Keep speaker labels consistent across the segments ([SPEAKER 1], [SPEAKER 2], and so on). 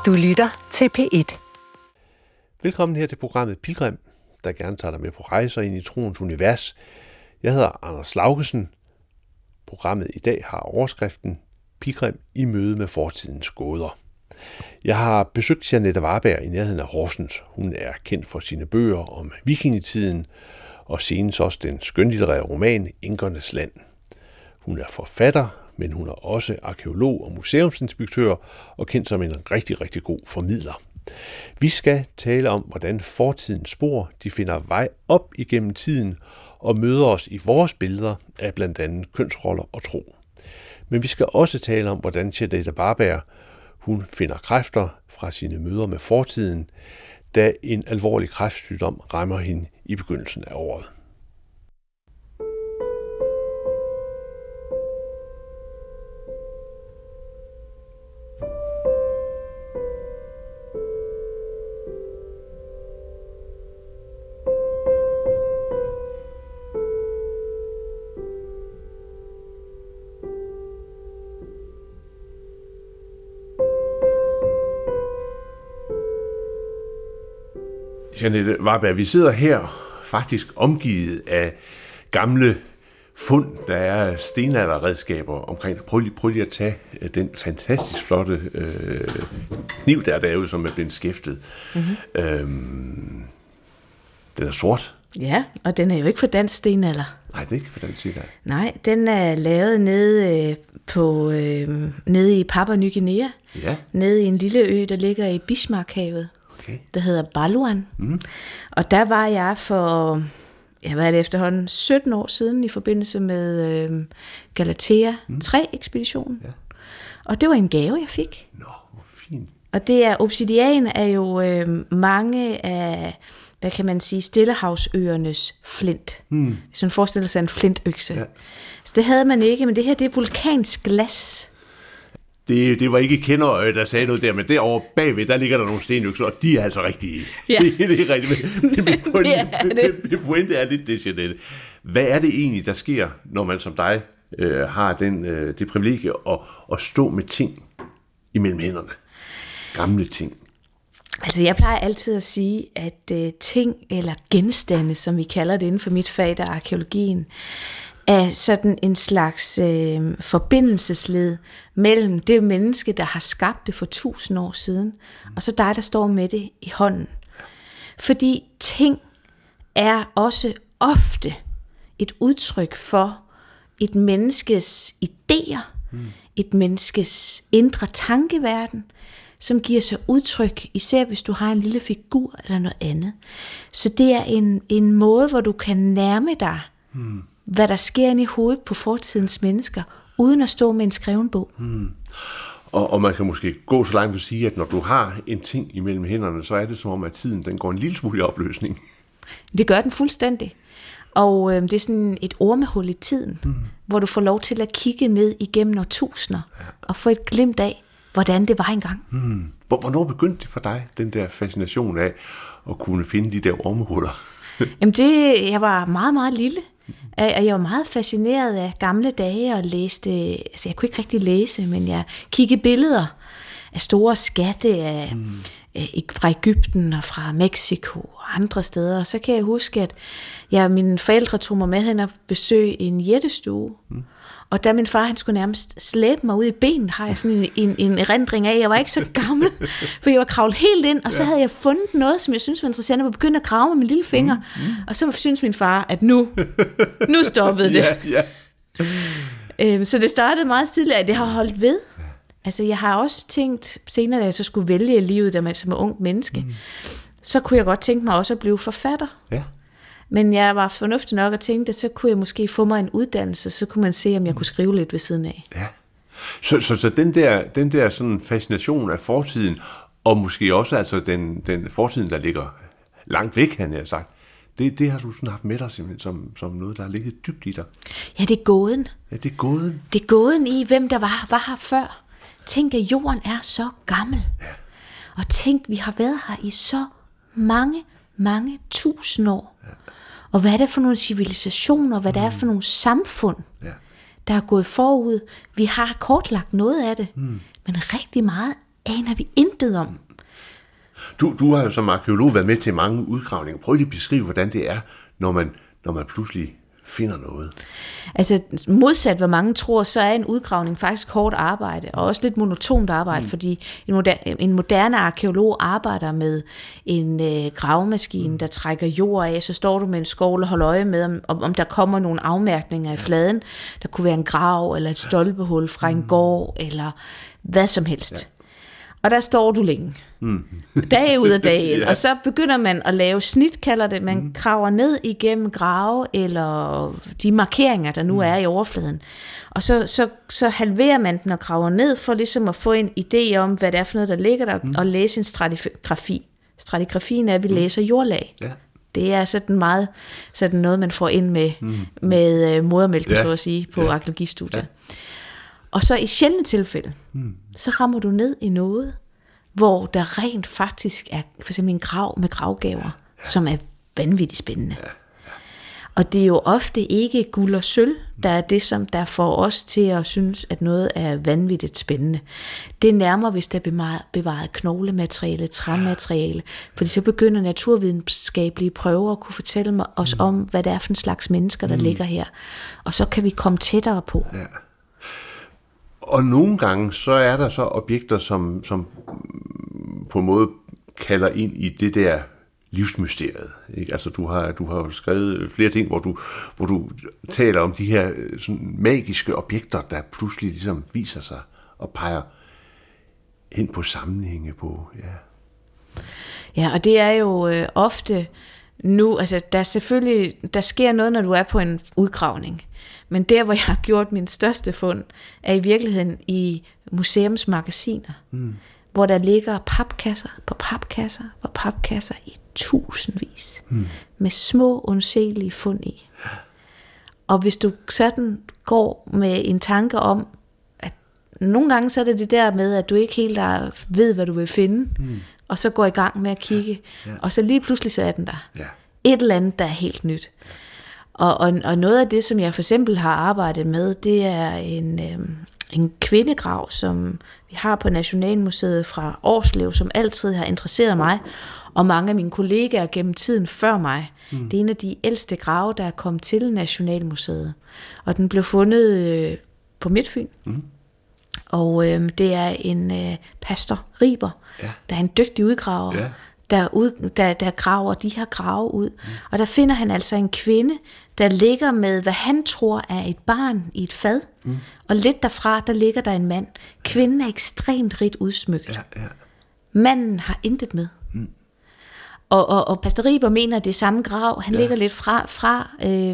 [SPEAKER 1] Du lytter til P1.
[SPEAKER 2] Velkommen her til programmet Pilgrim, der gerne tager dig med på rejser ind i troens univers. Jeg hedder Anders Laugesen. Programmet i dag har overskriften Pilgrim i møde med fortidens gåder. Jeg har besøgt Jeanette Varberg i nærheden af Horsens. Hun er kendt for sine bøger om vikingetiden, og senest også den skønlitterære roman Enkernes Land. Hun er forfatter, men hun er også arkæolog og museumsinspektør og kendt som en rigtig, rigtig god formidler. Vi skal tale om, hvordan fortidens spor de finder vej op igennem tiden og møder os i vores billeder af blandt andet kønsroller og tro. Men vi skal også tale om, hvordan Jeanette Varberg hun finder kræfter fra sine møder med fortiden, da en alvorlig kræftsygdom rammer hende i begyndelsen af året. Jeanette Varberg, vi sidder her faktisk omgivet af gamle fund, der er stenalderredskaber omkring. Prøv lige at tage den fantastisk flotte kniv, der er derude, som er blevet skæftet. Mm-hmm. Den er sort.
[SPEAKER 3] Ja, og den er jo ikke for dansk stenalder.
[SPEAKER 2] Nej, det er ikke for dansk stenalder.
[SPEAKER 3] Nej, den er lavet nede i Papua Ny Guinea. Ja. Nede i en lille ø, der ligger i Bismarckhavet. Okay. Der hedder Baluan. Mm. Og der var jeg for, hvad er det efterhånden, 17 år siden i forbindelse med Galatea 3-ekspeditionen. Ja. Og det var en gave, jeg fik.
[SPEAKER 2] Nå, hvor fint.
[SPEAKER 3] Og det er, obsidian er jo mange af, hvad kan man sige, Stillehavsøernes flint. Mm. Hvis man forestiller sig en flintøkse. Ja. Så det havde man ikke, men det her, det er vulkansk glas.
[SPEAKER 2] Det var ikke kender, der sagde noget der, men derovre bagved, der ligger der nogle stenøkser, og de er altså rigtige. Ja. Det er rigtigt. Min pointe er lidt det, Jeanette. Hvad er det egentlig, der sker, når man som dig har det privilegie at stå med ting imellem hænderne? Gamle ting.
[SPEAKER 3] Altså, jeg plejer altid at sige, at ting eller genstande, som vi kalder det inden for mit fag, der er arkæologien, er sådan en slags forbindelsesled mellem det menneske, der har skabt det for 1000 år siden, og så dig, der står med det i hånden. Fordi ting er også ofte et udtryk for et menneskes idéer, et menneskes indre tankeverden, som giver sig udtryk, især hvis du har en lille figur eller noget andet. Så det er en måde, hvor du kan nærme dig hvad der sker inde i hovedet på fortidens mennesker, uden at stå med en skreven bog.
[SPEAKER 2] Og man kan måske gå så langt at sige, at når du har en ting imellem hænderne, så er det som om, at tiden den går en lille smule i opløsning.
[SPEAKER 3] Det gør den fuldstændig. Og det er sådan et ormehul i tiden, hvor du får lov til at kigge ned igennem årtusinder, og få et glimt af, hvordan det var engang.
[SPEAKER 2] Hvornår begyndte det for dig, den der fascination af at kunne finde de der ormehuller?
[SPEAKER 3] Jamen jeg var meget, meget lille. Og jeg var meget fascineret af gamle dage og læste, altså jeg kunne ikke rigtig læse, men jeg kiggede billeder af store skatte fra Egypten og fra Mexico og andre steder. Og så kan jeg huske, at mine forældre tog mig med hen og besøge en jættestue. Og da min far han skulle nærmest slæbe mig ud i benet, har jeg sådan en erindring af. Jeg var ikke så gammel, for jeg var kravlet helt ind, og så havde jeg fundet noget, som jeg synes var interessant. Jeg var begyndt at grave med min lille finger, og så synes min far, at nu stoppede det. Så det startede meget stille, at det har holdt ved. Altså jeg har også tænkt, senere da jeg så skulle vælge livet, da man som en ung menneske, så kunne jeg godt tænke mig også at blive forfatter. Ja. Men jeg var fornuftig nok og tænkte, at så kunne jeg måske få mig en uddannelse, så kunne man se, om jeg kunne skrive lidt ved siden af. Ja.
[SPEAKER 2] Så den der sådan fascination af fortiden, og måske også altså den fortiden, der ligger langt væk, han har sagt, det har du sådan haft med dig simpelthen som noget, der har ligget dybt i dig.
[SPEAKER 3] Ja, det er gåden.
[SPEAKER 2] Ja, det er gåden.
[SPEAKER 3] Det er gåden i, hvem der var her før. Tænk, at jorden er så gammel. Ja. Og tænk, vi har været her i så mange tusind år. Ja. Og hvad er det for nogle civilisationer, hvad det er for nogle samfund, der er gået forud. Vi har kortlagt noget af det, men rigtig meget aner vi intet om.
[SPEAKER 2] Du har jo som arkeolog været med til mange udgravninger. Prøv lige at beskrive, hvordan det er, når man pludselig finder noget.
[SPEAKER 3] Altså modsat hvad mange tror, så er en udgravning faktisk hårdt arbejde, og også lidt monotont arbejde, fordi en moderne arkeolog arbejder med en gravemaskine, der trækker jord af, så står du med en skovl og holder øje med, om der kommer nogle afmærkninger i fladen. Der kunne være en grav, eller et stolpehul fra en gård, eller hvad som helst. Og der står du længe. Dag ud af dagen. Og så begynder man at lave snit, kalder det. Man graver ned igennem grave, eller de markeringer, der nu er i overfladen. Og så halverer man den og graver ned, for ligesom at få en idé om, hvad det er for noget, der ligger der, og læse en stratigrafi. Stratigrafien er, at vi læser jordlag. Ja. Det er sådan noget, man får ind med modermælken, så at sige, på arkæologistudiet. Ja. Og så i sjældne tilfælde, så rammer du ned i noget, hvor der rent faktisk er for eksempel en grav med gravgaver, som er vanvittigt spændende. Og det er jo ofte ikke guld og sølv, der er det, som der får os til at synes, at noget er vanvittigt spændende. Det er nærmere, hvis der er bevaret knoglemateriale, træmateriale, fordi så begynder naturvidenskabelige prøver at kunne fortælle os om, hvad det er for en slags mennesker, der ligger her. Og så kan vi komme tættere på. Ja.
[SPEAKER 2] Og nogle gange, så er der så objekter, som på en måde kalder ind i det der livsmysteriet. Ikke? Altså, du har skrevet flere ting, hvor du taler om de her sådan magiske objekter, der pludselig ligesom viser sig og peger hen på sammenhænge på.
[SPEAKER 3] Ja, og det er jo ofte nu, altså der sker noget, når du er på en udgravning. Men der, hvor jeg har gjort min største fund, er i virkeligheden i museumsmagasiner, hvor der ligger papkasser på papkasser på papkasser i tusindvis, med små, undselige fund i. Og hvis du sådan går med en tanke om, at nogle gange så er det der med, at du ikke helt ved, hvad du vil finde, og så går i gang med at kigge, og så lige pludselig så er den der. Et eller andet, der er helt nyt. Og noget af det, som jeg for eksempel har arbejdet med, det er en kvindegrav, som vi har på Nationalmuseet fra Årslev, som altid har interesseret mig, og mange af mine kollegaer gennem tiden før mig. Det er en af de ældste grave, der er kommet til Nationalmuseet. Og den blev fundet på Midtfyn. Og det er en pastor Riber, der er en dygtig udgraver, der graver de her grave ud. Og der finder han altså en kvinde, der ligger med, hvad han tror er et barn i et fad. Og lidt derfra, der ligger der en mand. Kvinden er ekstremt rigt udsmykket. Manden har intet med. Og pastor Riber mener, at det er samme grav. Han ligger lidt fra.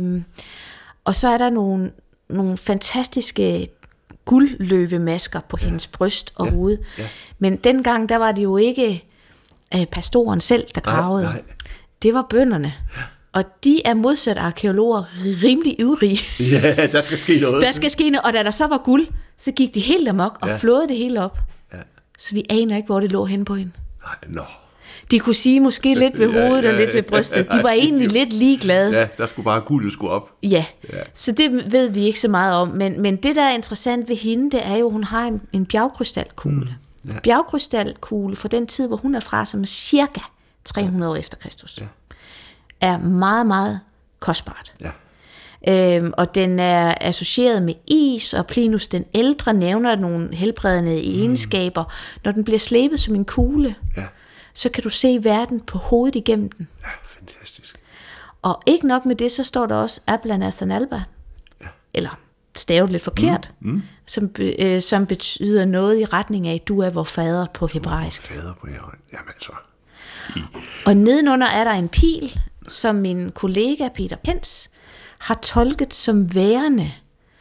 [SPEAKER 3] Og så er der nogle fantastiske guldløvemasker på hendes bryst og hoved. Men dengang, der var det jo ikke pastoren selv, der gravede. Det var bønderne. Og de er modsat arkeologer rimelig ivrige.
[SPEAKER 2] Ja, der skal ske noget.
[SPEAKER 3] Der skal ske noget, og da der så var guld, så gik de helt amok og flåede det hele op. Så vi aner ikke, hvor det lå hen på hende. De kunne sige måske lidt ved hovedet og lidt ved brystet. De var egentlig lidt ligeglade.
[SPEAKER 2] Ja, der skulle bare guldet skulle op.
[SPEAKER 3] Ja, så det ved vi ikke så meget om. Men det, der er interessant ved hende, det er jo, at hun har en bjergkrystalkugle. Bjergkrystalkugle fra den tid, hvor hun er fra, som er cirka 300 år efter Kristus, er meget, meget kostbart. Og den er associeret med is, og Plinus den ældre nævner nogle helbredende egenskaber. Når den bliver slæbet som en kugle, så kan du se verden på hovedet igennem den.
[SPEAKER 2] Ja, fantastisk.
[SPEAKER 3] Og ikke nok med det, så står der også Abla Nathan Alba, eller stavet lidt forkert, som betyder noget i retning af, du er vor fader på hebraisk.
[SPEAKER 2] Fader på hebraisk, jamen så.
[SPEAKER 3] Og nedenunder er der en pil, som min kollega Peter Pens har tolket som værende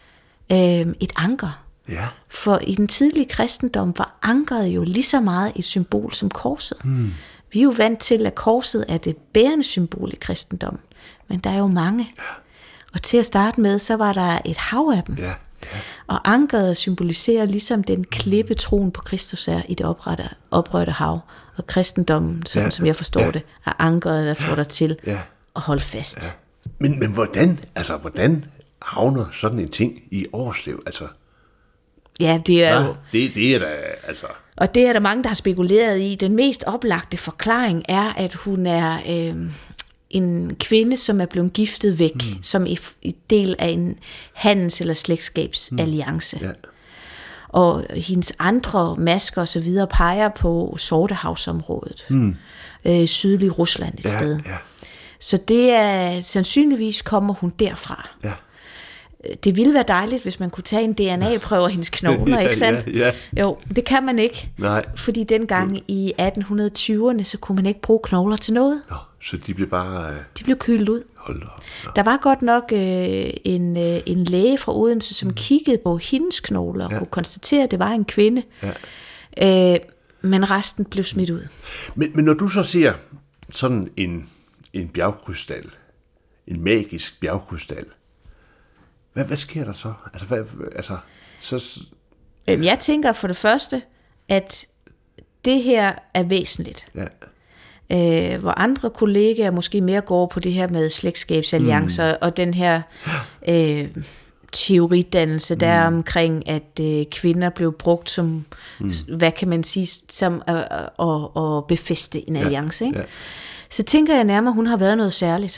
[SPEAKER 3] et anker. For i den tidlige kristendom var ankeret jo lige så meget et symbol som korset. Vi er jo vant til, at korset er det bærende symbol i kristendom, men der er jo mange. Og til at starte med, så var der et hav af dem. Og ankeret symboliserer ligesom den klippe troen på Kristus er i det oprørte hav. Og kristendommen, sådan som jeg forstår det, er ankeret, der får dig til at holde fast.
[SPEAKER 2] Men hvordan havner sådan en ting i Årslev? Altså,
[SPEAKER 3] ja, det er jo...
[SPEAKER 2] Det er da, altså...
[SPEAKER 3] Og det er der mange, der har spekuleret i. Den mest oplagte forklaring er, at hun er en kvinde, som er blevet giftet væk, som i del af en handels- eller slægtskabsalliance. Ja. Og hendes andre masker og så videre peger på Sortehavsområdet. Sydlig Rusland et sted. Ja. Så det er sandsynligvis kommer hun derfra. Ja. Det ville være dejligt, hvis man kunne tage en DNA-prøve af hendes knogler, ikke sandt?
[SPEAKER 2] Ja.
[SPEAKER 3] Jo, det kan man ikke.
[SPEAKER 2] Nej.
[SPEAKER 3] Fordi dengang i 1820'erne, så kunne man ikke bruge knogler til noget.
[SPEAKER 2] Nå, så de blev bare...
[SPEAKER 3] De blev kylet ud.
[SPEAKER 2] Hold op. Nå.
[SPEAKER 3] Der var godt nok en læge fra Odense, som kiggede på hendes knogler og kunne konstatere, at det var en kvinde. Ja. Men resten blev smidt ud.
[SPEAKER 2] Men når du så ser sådan en bjergkrystal, en magisk bjergkrystal, hvad sker der så?
[SPEAKER 3] Jeg tænker for det første, at det her er væsentligt. Ja. Hvor andre kollegaer måske mere går på det her med slægtskabsalliancer og den her teoridannelse der omkring, at kvinder blev brugt som, hvad kan man sige, som at befæste en alliance. Ikke? Ja. Så tænker jeg nærmere, hun har været noget særligt.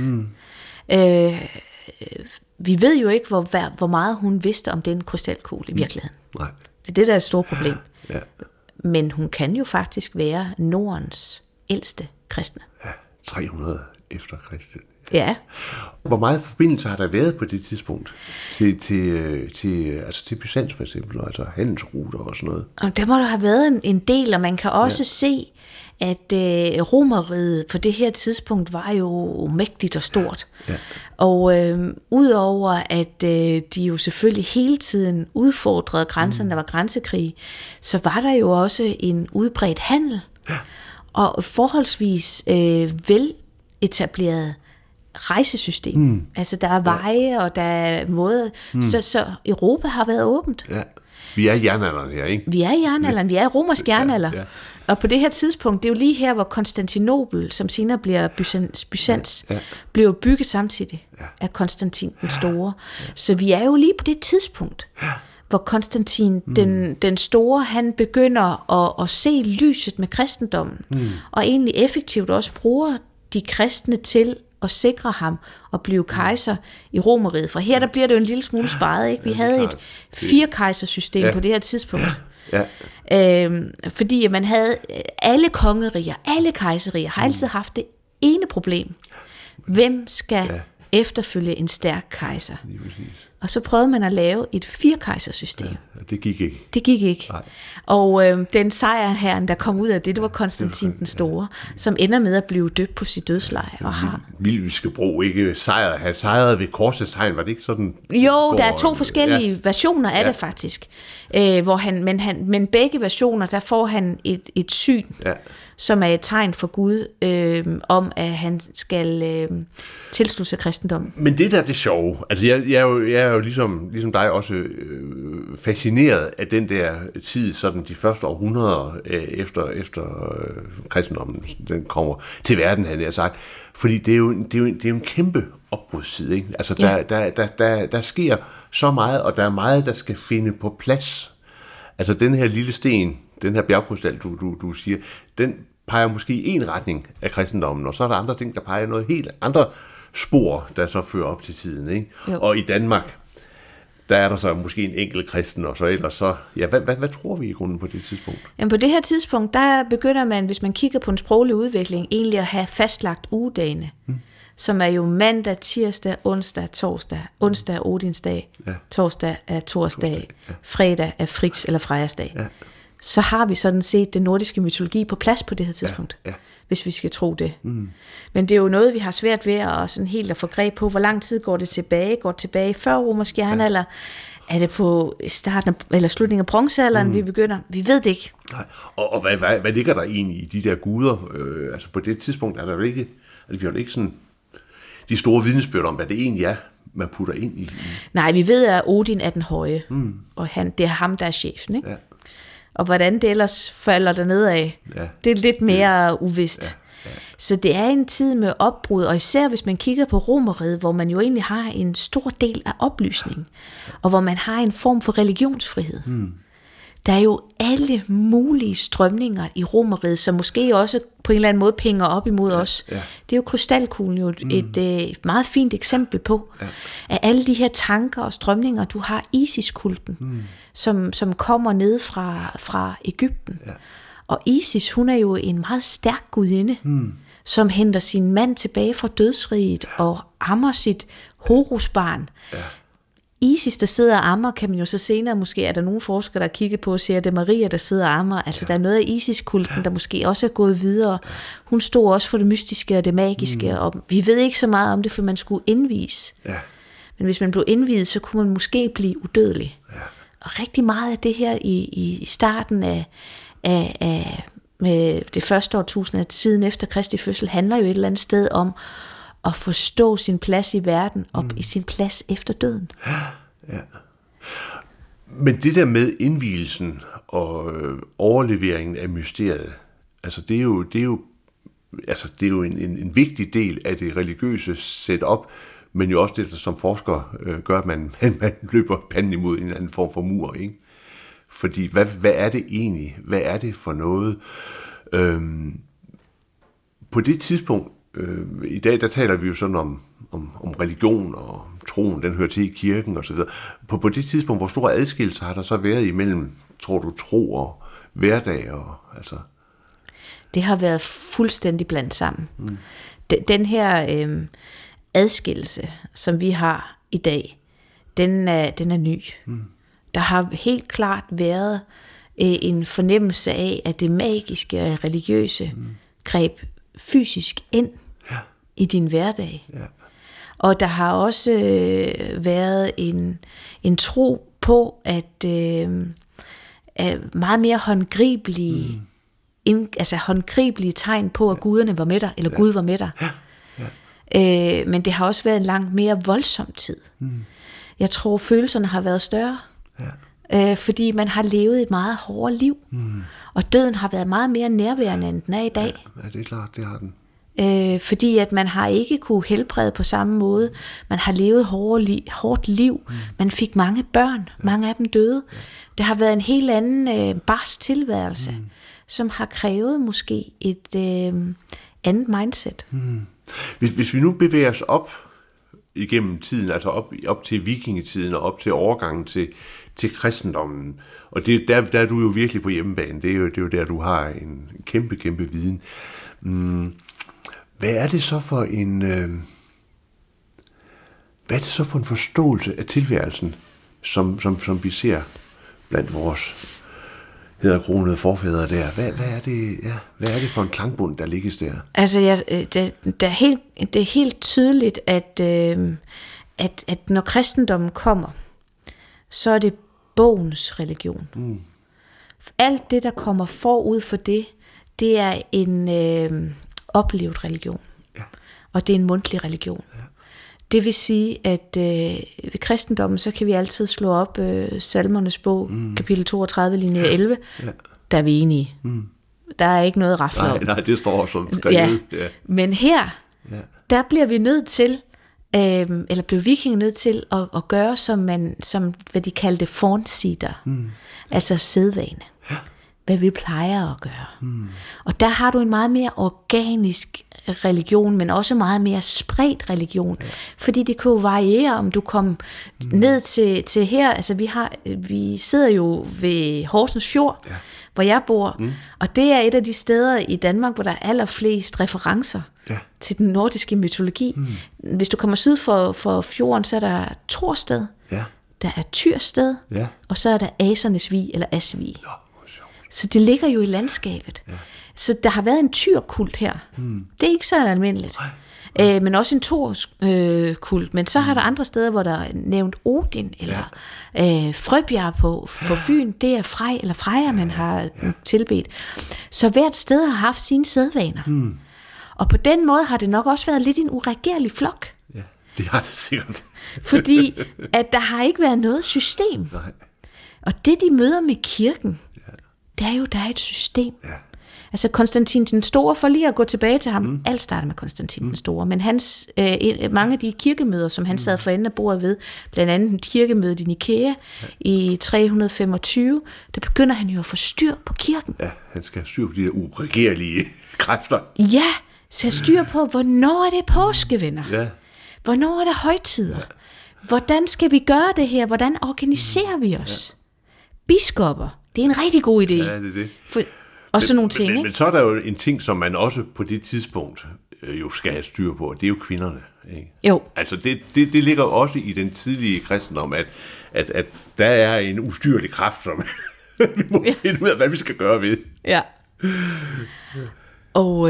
[SPEAKER 3] Vi ved jo ikke, hvor meget hun vidste om den krystalkugle i virkeligheden.
[SPEAKER 2] Nej.
[SPEAKER 3] Det er det, der er et stort problem.
[SPEAKER 2] Ja.
[SPEAKER 3] Men hun kan jo faktisk være Nordens ældste kristne.
[SPEAKER 2] Ja, 300 efter Kristi.
[SPEAKER 3] Ja.
[SPEAKER 2] Hvor meget forbindelse har der været på det tidspunkt til Byzans for eksempel, altså handelsruter og sådan noget?
[SPEAKER 3] Og der må der have været en del, og man kan også se, at Romerriget på det her tidspunkt var jo mægtigt og stort. Ja. Og udover at de jo selvfølgelig hele tiden udfordrede grænserne, der var grænsekrig, så var der jo også en udbredt handel, og forholdsvis vel etableret rejsesystem. Altså der er veje, og der er måder, så Europa har været åbent. Ja.
[SPEAKER 2] Vi er i jernalderen her, ikke?
[SPEAKER 3] Vi er i jernalderen, vi er i romersk jernalder. Ja. Og på det her tidspunkt, det er jo lige her, hvor Konstantinopel, som senere bliver Byzans, bliver bygget samtidig af Konstantin den Store. Så vi er jo lige på det tidspunkt, hvor Konstantin den Store, han begynder at se lyset med kristendommen, og egentlig effektivt også bruger de kristne til at sikre ham at blive kejser i Romerriget. For her der bliver det jo en lille smule sparet, ikke? Vi havde et 4-kejsersystem på det her tidspunkt. Ja. Fordi man havde alle kongeriger, alle kejserier har altid haft det ene problem. Hvem skal efterfølge en stærk kejser? Og så prøvede man at lave et 4-kejsersystem.
[SPEAKER 2] Ja, det gik ikke.
[SPEAKER 3] Det gik ikke. Nej. Og den sejrherren, der kom ud af det var Konstantin den Store, som ender med at blive døbt på sit dødsleje. Og har...
[SPEAKER 2] Vi skal bruge ikke sejret ved korsets tegn, var det ikke sådan?
[SPEAKER 3] Jo, der er 2 forskellige versioner af det faktisk. Hvor men begge versioner, der får han et syn, som er et tegn for Gud, om at han skal tilslutte sig kristendommen.
[SPEAKER 2] Men det der er det sjove. Altså jeg er jo ligesom dig også fascineret af den der tid, sådan de første århundreder efter kristendommen den kommer til verden, havde jeg sagt. Fordi det er jo en kæmpe opbrudstid, ikke? Altså der sker så meget, og der er meget, der skal finde på plads. Altså den her lille sten, den her bjergkrystal, du siger, den peger måske i en retning af kristendommen, og så er der andre ting, der peger noget helt andre spor, der så fører op til tiden, ikke? Og i Danmark, der er der så måske en enkelt kristen, og så ellers så... Ja, hvad tror vi i grunden på det tidspunkt?
[SPEAKER 3] Jamen på det her tidspunkt, der begynder man, hvis man kigger på en sproglig udvikling, egentlig at have fastlagt ugedagene, som er jo mandag, tirsdag, onsdag, torsdag. Onsdag er Odinsdag, torsdag er Torsdag, fredag er Friks eller Frejersdag. Ja. Så har vi sådan set den nordiske mytologi på plads på det her tidspunkt, hvis vi skal tro det. Men det er jo noget, vi har svært ved at sådan helt at få greb på. Hvor lang tid går det tilbage? Går det tilbage før romersk jernalder? Er det på starten eller slutningen af bronzealderen, vi begynder? Vi ved det ikke.
[SPEAKER 2] Nej. Og hvad ligger der egentlig i de der guder? Altså på det tidspunkt er der jo ikke, vi har jo ikke sådan de store vidnesbyrd om, hvad det egentlig er, man putter ind i.
[SPEAKER 3] Nej, vi ved, at Odin er den høje, og det er ham, der er chefen, ikke? Ja. Og hvordan det ellers falder der nedad, det er lidt mere uvist. Ja. Så det er en tid med opbrud, og især hvis man kigger på Romerriget, hvor man jo egentlig har en stor del af oplysning, og hvor man har en form for religionsfrihed. Der er jo alle mulige strømninger i Romerriget, som måske også på en eller anden måde penger op imod os. Ja. Det er jo krystalkuglen jo et meget fint eksempel på, at alle de her tanker og strømninger, du har Isis-kulten, som kommer ned fra Egypten. Ja. Og Isis, hun er jo en meget stærk gudinde, som henter sin mand tilbage fra dødsriget og ammer sit Horusbarn. Ja. Isis, der sidder og ammer, kan man jo så senere, måske er der nogle forskere, der kigger på og siger, at det er Maria, der sidder og ammer. Altså der er noget af Isis-kulten, der måske også er gået videre. Hun stod også for det mystiske og det magiske, og vi ved ikke så meget om det, for man skulle indvies. Ja. Men hvis man blev indviet, så kunne man måske blive udødelig. Ja. Og rigtig meget af det her i starten af med det første årtusind af tiden efter Kristi fødsel, handler jo et eller andet sted om at forstå sin plads i verden og i sin plads efter døden.
[SPEAKER 2] Ja. Men det der med indvielsen og overleveringen af mysteriet, altså det er jo en vigtig del af det religiøse setup, men jo også det, der som forsker gør, at man løber panden imod en eller anden form for mur, ikke? Fordi hvad er det egentlig? Hvad er det for noget? På det tidspunkt, i dag, der taler vi jo sådan om religion og troen, den hører til i kirken og så videre. På det tidspunkt, hvor store adskillelser har der så været imellem, tror du, tro og hverdag? Og, altså?
[SPEAKER 3] Det har været fuldstændig blandt sammen. Den her adskillelse, som vi har i dag, den er ny. Der har helt klart været en fornemmelse af, at det magiske og religiøse greb fysisk ind i din hverdag. Ja. Og der har også været en tro på, at meget mere håndgribelige, håndgribelige tegn på, at guderne var med dig, eller Gud var med dig. Ja. Ja. Men det har også været en langt mere voldsom tid. Jeg tror, følelserne har været større. Ja. Fordi man har levet et meget hårdere liv. Og døden har været meget mere nærværende, end den er i dag.
[SPEAKER 2] Ja, det er klart, det har den.
[SPEAKER 3] Fordi at man har ikke kunne helbrede på samme måde. Man har levet hårdt liv. Man fik mange børn. Mange af dem døde. Det har været en helt anden barsk tilværelse, som har krævet måske et andet mindset.
[SPEAKER 2] Hvis vi nu bevæger os op igennem tiden, altså op til vikingetiden og op til overgangen til kristendommen, og der er du jo virkelig på hjemmebane. Det er jo der, du har en kæmpe viden. Hvad er det så for en forståelse af tilværelsen, som vi ser blandt vores hæderkronede forfædre der? Hvad er det for en klangbund, der ligges der?
[SPEAKER 3] Altså, det er helt tydeligt, at når kristendommen kommer, så er det bogens religion. Alt det, der kommer forud for det er en oplevet religion. Ja. Og det er en mundtlig religion. Ja. Det vil sige, at ved kristendommen, så kan vi altid slå op Salmernes bog, kapitel 32, linje 11. Ja. Der er vi enige. Der er ikke noget rafle om.
[SPEAKER 2] Nej, det står som skrevet.
[SPEAKER 3] Ja. Men her, der bliver vi nødt til, eller blev vikinger nødt til at gøre, som hvad de kaldte fornsider. Altså sædvane. Ja. Hvad vi plejer at gøre. Og der har du en meget mere organisk religion, men også meget mere spredt religion. Ja. Fordi det kunne variere, om du kom ned til her. Altså vi sidder jo ved Horsens Fjord, hvor jeg bor, og det er et af de steder i Danmark, hvor der er allerflest referencer til den nordiske mytologi. Hvis du kommer syd for fjorden, så er der Thorsted, der er Tyrsted, og så er der Asernes Vig, eller Asvig. Så det ligger jo i landskabet. Ja. Så der har været en tyrkult her. Det er ikke så almindeligt. Men også en torskult. Men så har der andre steder, hvor der er nævnt Odin, eller Frøbjerg på Fyn. Det er Frej eller Freja, man har tilbedt. Så hvert sted har haft sine sædvaner. Og på den måde har det nok også været lidt en uregerlig flok.
[SPEAKER 2] Ja, det har det sikkert.
[SPEAKER 3] Fordi at der har ikke været noget system. Nej. Og det, de møder med kirken, det er jo, der er et system. Ja. Altså Konstantin den Store, for lige at gå tilbage til ham, alt starter med Konstantin den Store, men hans, mange af de kirkemøder, som han sad for enden af bordet ved, blandt andet kirkemødet i Nikæa i 325, der begynder han jo at få styr på kirken.
[SPEAKER 2] Ja, han skal have styr på de der uregerlige kræfter.
[SPEAKER 3] Ja, så styr på, hvornår er det påske, venner?
[SPEAKER 2] Ja.
[SPEAKER 3] Hvornår er det højtider? Ja. Hvordan skal vi gøre det her? Hvordan organiserer vi os? Biskopper, det er en rigtig god idé.
[SPEAKER 2] Ja, det er det.
[SPEAKER 3] Og sådan nogle ting,
[SPEAKER 2] men så er der jo en ting, som man også på det tidspunkt jo skal have styr på, og det er jo kvinderne. Ikke?
[SPEAKER 3] Jo.
[SPEAKER 2] Altså det ligger også i den tidlige kristendom, at der er en ustyrlig kraft, som vi må finde ud af, hvad vi skal gøre ved.
[SPEAKER 3] Ja. Og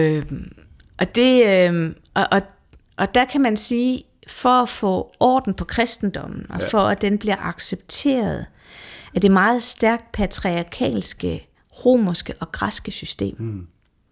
[SPEAKER 3] der kan man sige, for at få orden på kristendommen, og for at den bliver accepteret af det meget stærkt patriarkalske, romerske og græske system,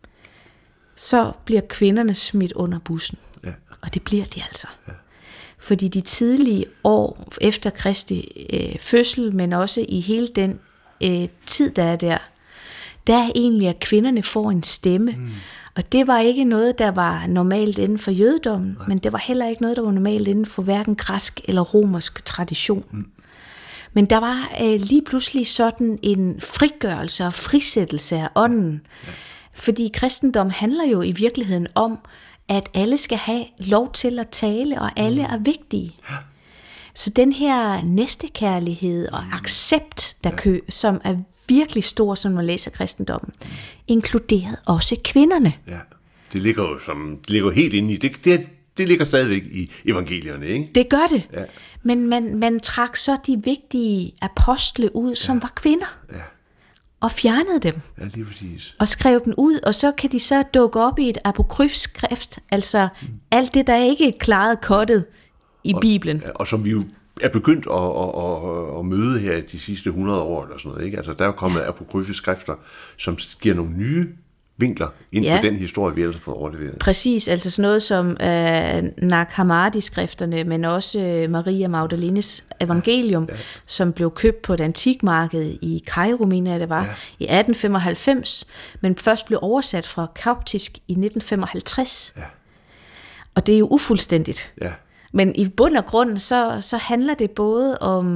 [SPEAKER 3] så bliver kvinderne smidt under bussen. Ja. Og det bliver de altså. Ja. Fordi de tidlige år efter Kristi fødsel, men også i hele den tid, der er egentlig, at kvinderne får en stemme. Og det var ikke noget, der var normalt inden for jødedommen, men det var heller ikke noget, der var normalt inden for hverken græsk eller romersk tradition. Men der var lige pludselig sådan en frigørelse og frisættelse af ånden. Fordi kristendom handler jo i virkeligheden om, at alle skal have lov til at tale, og alle er vigtige. Så den her næstekærlighed og accept, som er virkelig stor, som man læser kristendommen, inkluderede også kvinderne. Ja,
[SPEAKER 2] det ligger jo helt inde i det ligger stadigvæk i evangelierne, ikke?
[SPEAKER 3] Det gør det. Ja. Men man trak så de vigtige apostle ud, som var kvinder. Ja. Og fjernede dem.
[SPEAKER 2] Ja, lige præcis.
[SPEAKER 3] Og skrev dem ud, og så kan de så dukke op i et apokryfskrift, altså alt det, der ikke er klaret kottet i Bibelen.
[SPEAKER 2] Og som vi jo er begyndt at møde her de sidste 100 år eller sådan noget, ikke? Altså der er jo kommet apokryfeskrifter, som giver nogle nye vinkler ind på den historie, vi ellers har fået overleveret.
[SPEAKER 3] Præcis, altså sådan noget som Nag Hammadi-skrifterne, men også Maria Magdalenes evangelium, som blev købt på et antikmarked i Kairo, mener jeg det var, i 1895, men først blev oversat fra koptisk i 1955. Ja. Og det er jo ufuldstændigt. Ja. Men i bund og grund, så handler det både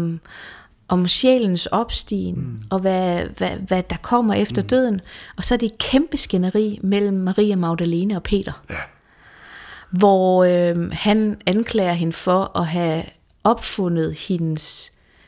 [SPEAKER 3] om sjælens opstigen, og hvad der kommer efter døden, og så er det et kæmpe skænderi mellem Maria Magdalene og Peter, hvor han anklager hende for at have opfundet hendes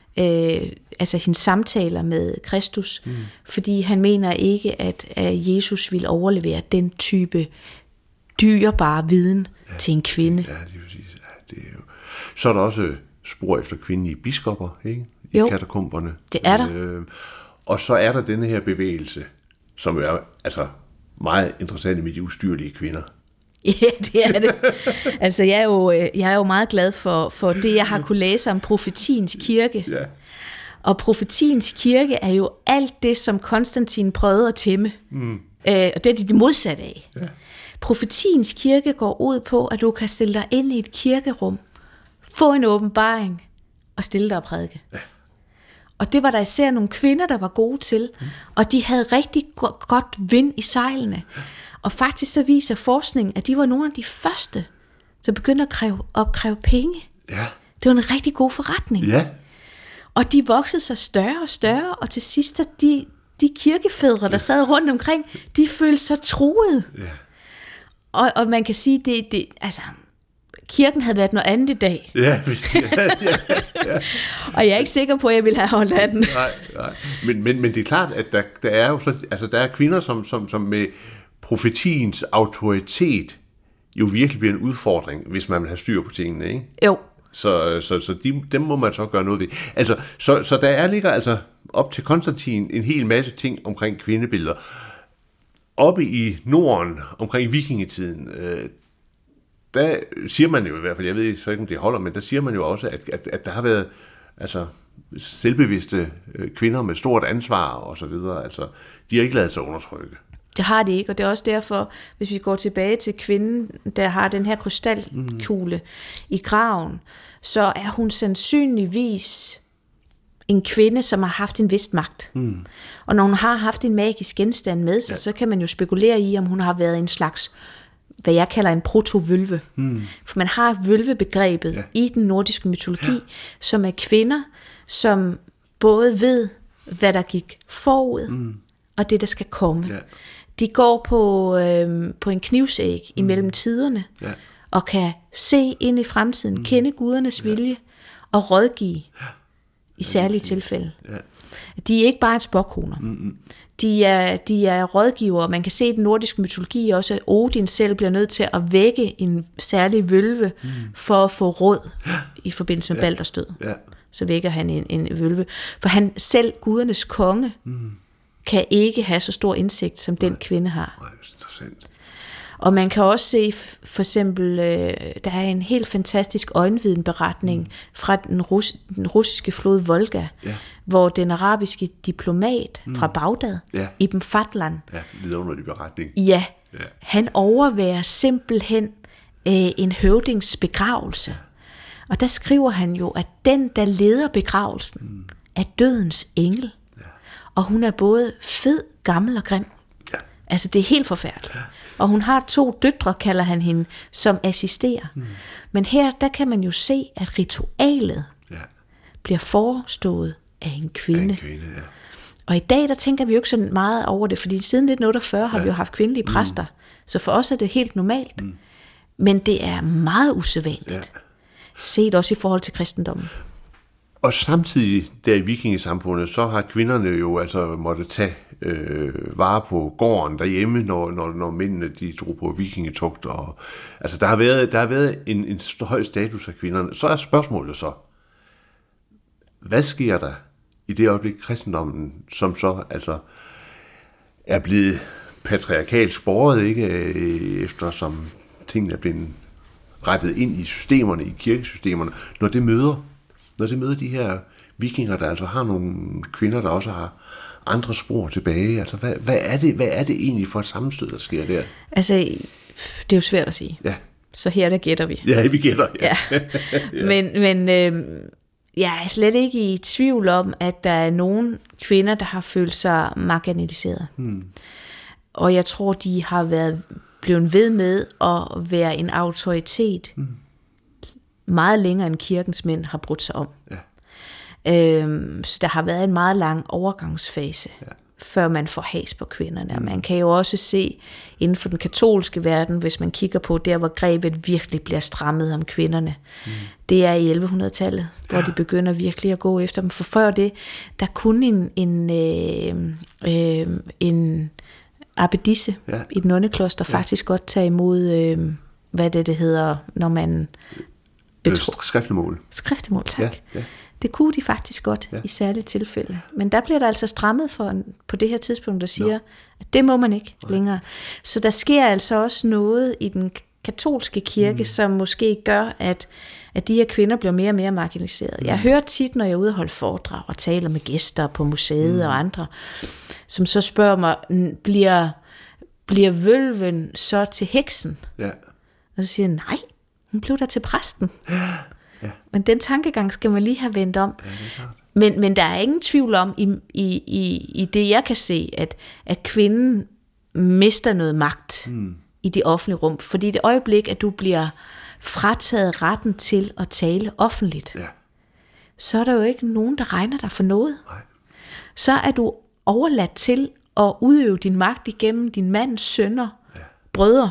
[SPEAKER 3] samtaler med Kristus, fordi han mener ikke, at Jesus ville overlevere den type dyrebare viden til en kvinde.
[SPEAKER 2] Ja, det er præcis. Det er jo. Så er der også spor efter kvindelige biskopper, ikke? I katakomberne.
[SPEAKER 3] Det er der.
[SPEAKER 2] Og så er der denne her bevægelse, som er altså meget interessant med de ustyrlige kvinder.
[SPEAKER 3] Ja, det er det. Altså, jeg er jo meget glad for det, jeg har kunne læse om profetiens kirke. Ja. Og profetiens kirke er jo alt det, som Konstantin prøvede at tæmme. Og det er det modsatte af. Ja. Profetiens kirke går ud på, at du kan stille dig ind i et kirkerum, få en åbenbaring og stille dig og prædike. Ja. Og det var der især nogle kvinder, der var gode til, og de havde rigtig godt vind i sejlene. Og faktisk så viser forskningen, at de var nogle af de første, som begyndte at opkræve penge. Ja. Det var en rigtig god forretning. Ja. Og de voksede sig større og større, og til sidst de kirkefædre, der sad rundt omkring, de følte sig truet. Ja. Og man kan sige, altså, kirken havde været noget andet i dag. Ja, ja. Og jeg er ikke sikker på, at jeg ville have holdt af den.
[SPEAKER 2] Nej. Men det er klart, at der er jo så, altså der er kvinder, som med profetiens autoritet jo virkelig bliver en udfordring, hvis man vil have styr på tingene, ikke?
[SPEAKER 3] Jo.
[SPEAKER 2] Så dem må man så gøre noget ved. Altså, så der ligger altså op til Konstantin en hel masse ting omkring kvindebilleder. Oppe i Norden, omkring vikingetiden, der siger man jo i hvert fald, jeg ved ikke, om det holder, men der siger man jo også, at der har været altså, selvbevidste kvinder med stort ansvar og så videre. Altså, de har ikke ladet sig undertrykke.
[SPEAKER 3] Det har det ikke, og det er også derfor, hvis vi går tilbage til kvinden, der har den her krystalkugle i graven, så er hun sandsynligvis en kvinde, som har haft en vist magt. Og når hun har haft en magisk genstand med sig, så kan man jo spekulere i, om hun har været en slags, hvad jeg kalder en proto-vølve. For man har vølvebegrebet i den nordiske mytologi, som er kvinder, som både ved, hvad der gik forud, og det, der skal komme. Ja. De går på en knivsæg imellem tiderne, og kan se ind i fremtiden, kende gudernes vilje, og rådgive i særlige tilfælde. Ja. De er ikke bare et spåkoner. De er rådgivere. Man kan se i den nordiske mytologi også, at Odin selv bliver nødt til at vække en særlig vølve, for at få råd i forbindelse med Balders død. Ja. Så vækker han en vølve. For han selv, gudernes konge, kan ikke have så stor indsigt, som den kvinde har. Nej, det er interessant. Og man kan også se, for eksempel, der er en helt fantastisk øjenvidenberetning fra den russiske flod Volga, hvor den arabiske diplomat fra Bagdad, Ibn Fadlan, han overværer simpelthen en høvdings begravelse. Og der skriver han jo, at den, der leder begravelsen, er dødens engel. Og hun er både fed, gammel og grim. Ja. Altså, det er helt forfærdeligt. Ja. Og hun har 2 døtre, kalder han hende, som assisterer. Men her, der kan man jo se, at ritualet bliver forestået af en kvinde. Og i dag, der tænker vi jo ikke så meget over det, fordi siden 1948 har vi jo haft kvindelige præster. Så for os er det helt normalt. Men det er meget usædvanligt. Set også i forhold til kristendommen.
[SPEAKER 2] Og samtidig der i vikingesamfundet, så har kvinderne jo altså måtte tage vare på gården derhjemme, når mændene de drog på vikingetogt. Og, altså der har været en høj status af kvinderne. Så er spørgsmålet så, hvad sker der i det øjeblik kristendommen, som så altså er blevet patriarkalsk båret, ikke, eftersom tingene er blevet rettet ind i systemerne, i kirkesystemerne, når det møder de her vikinger, der altså har nogle kvinder, der også har andre spor tilbage. Altså, hvad er det egentlig for et sammenstød, der sker der?
[SPEAKER 3] Altså, det er jo svært at sige. Ja. Så her, der gætter vi.
[SPEAKER 2] Ja, vi gætter. Ja.
[SPEAKER 3] Men jeg er slet ikke i tvivl om, at der er nogle kvinder, der har følt sig marginaliseret. Og jeg tror, de har blevet ved med at være en autoritet, meget længere end kirkens mænd har brudt sig om. Ja. Så der har været en meget lang overgangsfase, før man får has på kvinderne. Og man kan jo også se inden for den katolske verden, hvis man kigger på der, hvor grebet virkelig bliver strammet om kvinderne. Det er i 1100-tallet, hvor de begynder virkelig at gå efter dem. For før det, der kunne en abbedisse i et nonnekloster faktisk godt tage imod, hvad det hedder, når man
[SPEAKER 2] skriftemål.
[SPEAKER 3] Skriftemål, tak. Ja. Det kunne de faktisk godt i særlige tilfælde. Men der bliver der altså strammet på det her tidspunkt, der siger, at det må man ikke længere. Så der sker altså også noget i den katolske kirke, som måske gør, at de her kvinder bliver mere og mere marginaliseret. Jeg hører tit, når jeg er ude og holde foredrag og taler med gæster på museet og andre, som så spørger mig, bliver vølven så til heksen? Ja. Og så siger jeg, nej, hun blev der til præsten. Ja. Men den tankegang skal man lige have vendt om. Ja, men der er ingen tvivl om i det, jeg kan se, at kvinden mister noget magt i det offentlige rum. Fordi det øjeblik, at du bliver frataget retten til at tale offentligt, så er der jo ikke nogen, der regner dig for noget. Nej. Så er du overladt til at udøve din magt igennem din mands sønner, brødre.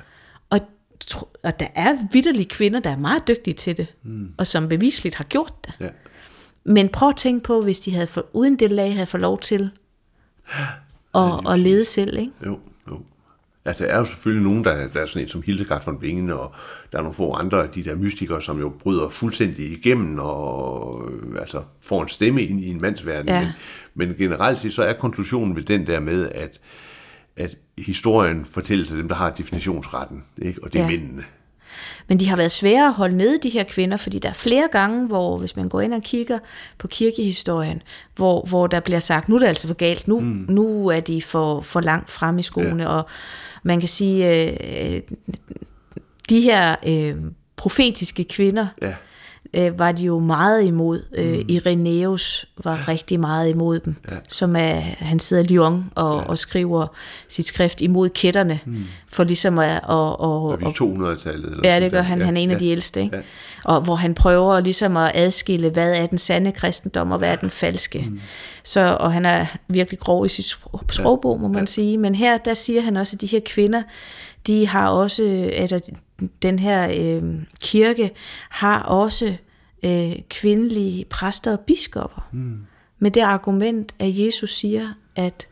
[SPEAKER 3] Og der er vitterlige kvinder, der er meget dygtige til det, og som bevisligt har gjort det. Ja. Men prøv at tænke på, hvis de havde uden det lag havde fået lov til at lede selv, ikke? Jo.
[SPEAKER 2] Ja, der er jo selvfølgelig nogen, der er sådan en som Hildegard von Bingen, og der er nogle få andre af de der mystikere, som jo bryder fuldstændig igennem, og altså får en stemme ind i en mandsverden. Ja. Men generelt set, så er konklusionen ved den der med, at historien fortæller til dem, der har definitionsretten, ikke? Og det er mændene.
[SPEAKER 3] Men de har været svære at holde nede, de her kvinder, fordi der er flere gange, hvor hvis man går ind og kigger på kirkehistorien, hvor der bliver sagt, nu er det altså for galt, nu er de for langt frem i skoene, og man kan sige, de her profetiske kvinder, var de jo meget imod. Irenæus var rigtig meget imod dem, som han sidder i Lyon og skriver sit skrift imod kætterne, for ligesom at...
[SPEAKER 2] Og vi 200-tallet?
[SPEAKER 3] Ja, det gør han. Han er en af de ældste, ikke? Ja. Og hvor han prøver ligesom at adskille, hvad er den sande kristendom, og hvad er den falske. Og han er virkelig grov i sit sprogbog, må man sige. Men her, der siger han også, at de her kvinder, de har også, altså den her kirke, har også kvindelige præster og biskopper. Med det argument, at Jesus siger, at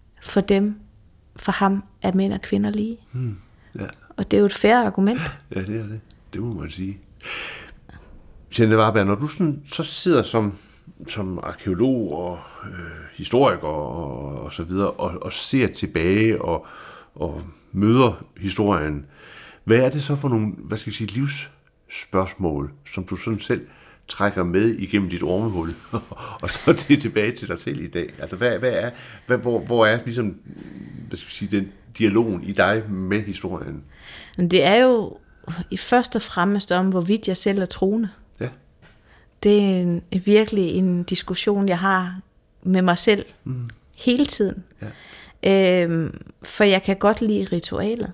[SPEAKER 3] for ham er mænd og kvinder lige.
[SPEAKER 2] Ja.
[SPEAKER 3] Og det er jo et fair argument.
[SPEAKER 2] Ja, det er det. Det må man sige. Jeanette Varberg, når du så sidder som arkeolog og historiker og så videre, og ser tilbage og møder historien, hvad er det så for nogle, livsspørgsmål, som du sådan selv trækker med igennem dit ormehul, og så det er tilbage til dig selv i dag? Altså, hvor er ligesom, den dialogen i dig med historien?
[SPEAKER 3] Det er jo i først og fremmest om, hvorvidt jeg selv er troende.
[SPEAKER 2] Ja.
[SPEAKER 3] Det er virkelig en diskussion, jeg har med mig selv hele tiden. Ja. For jeg kan godt lide ritualet.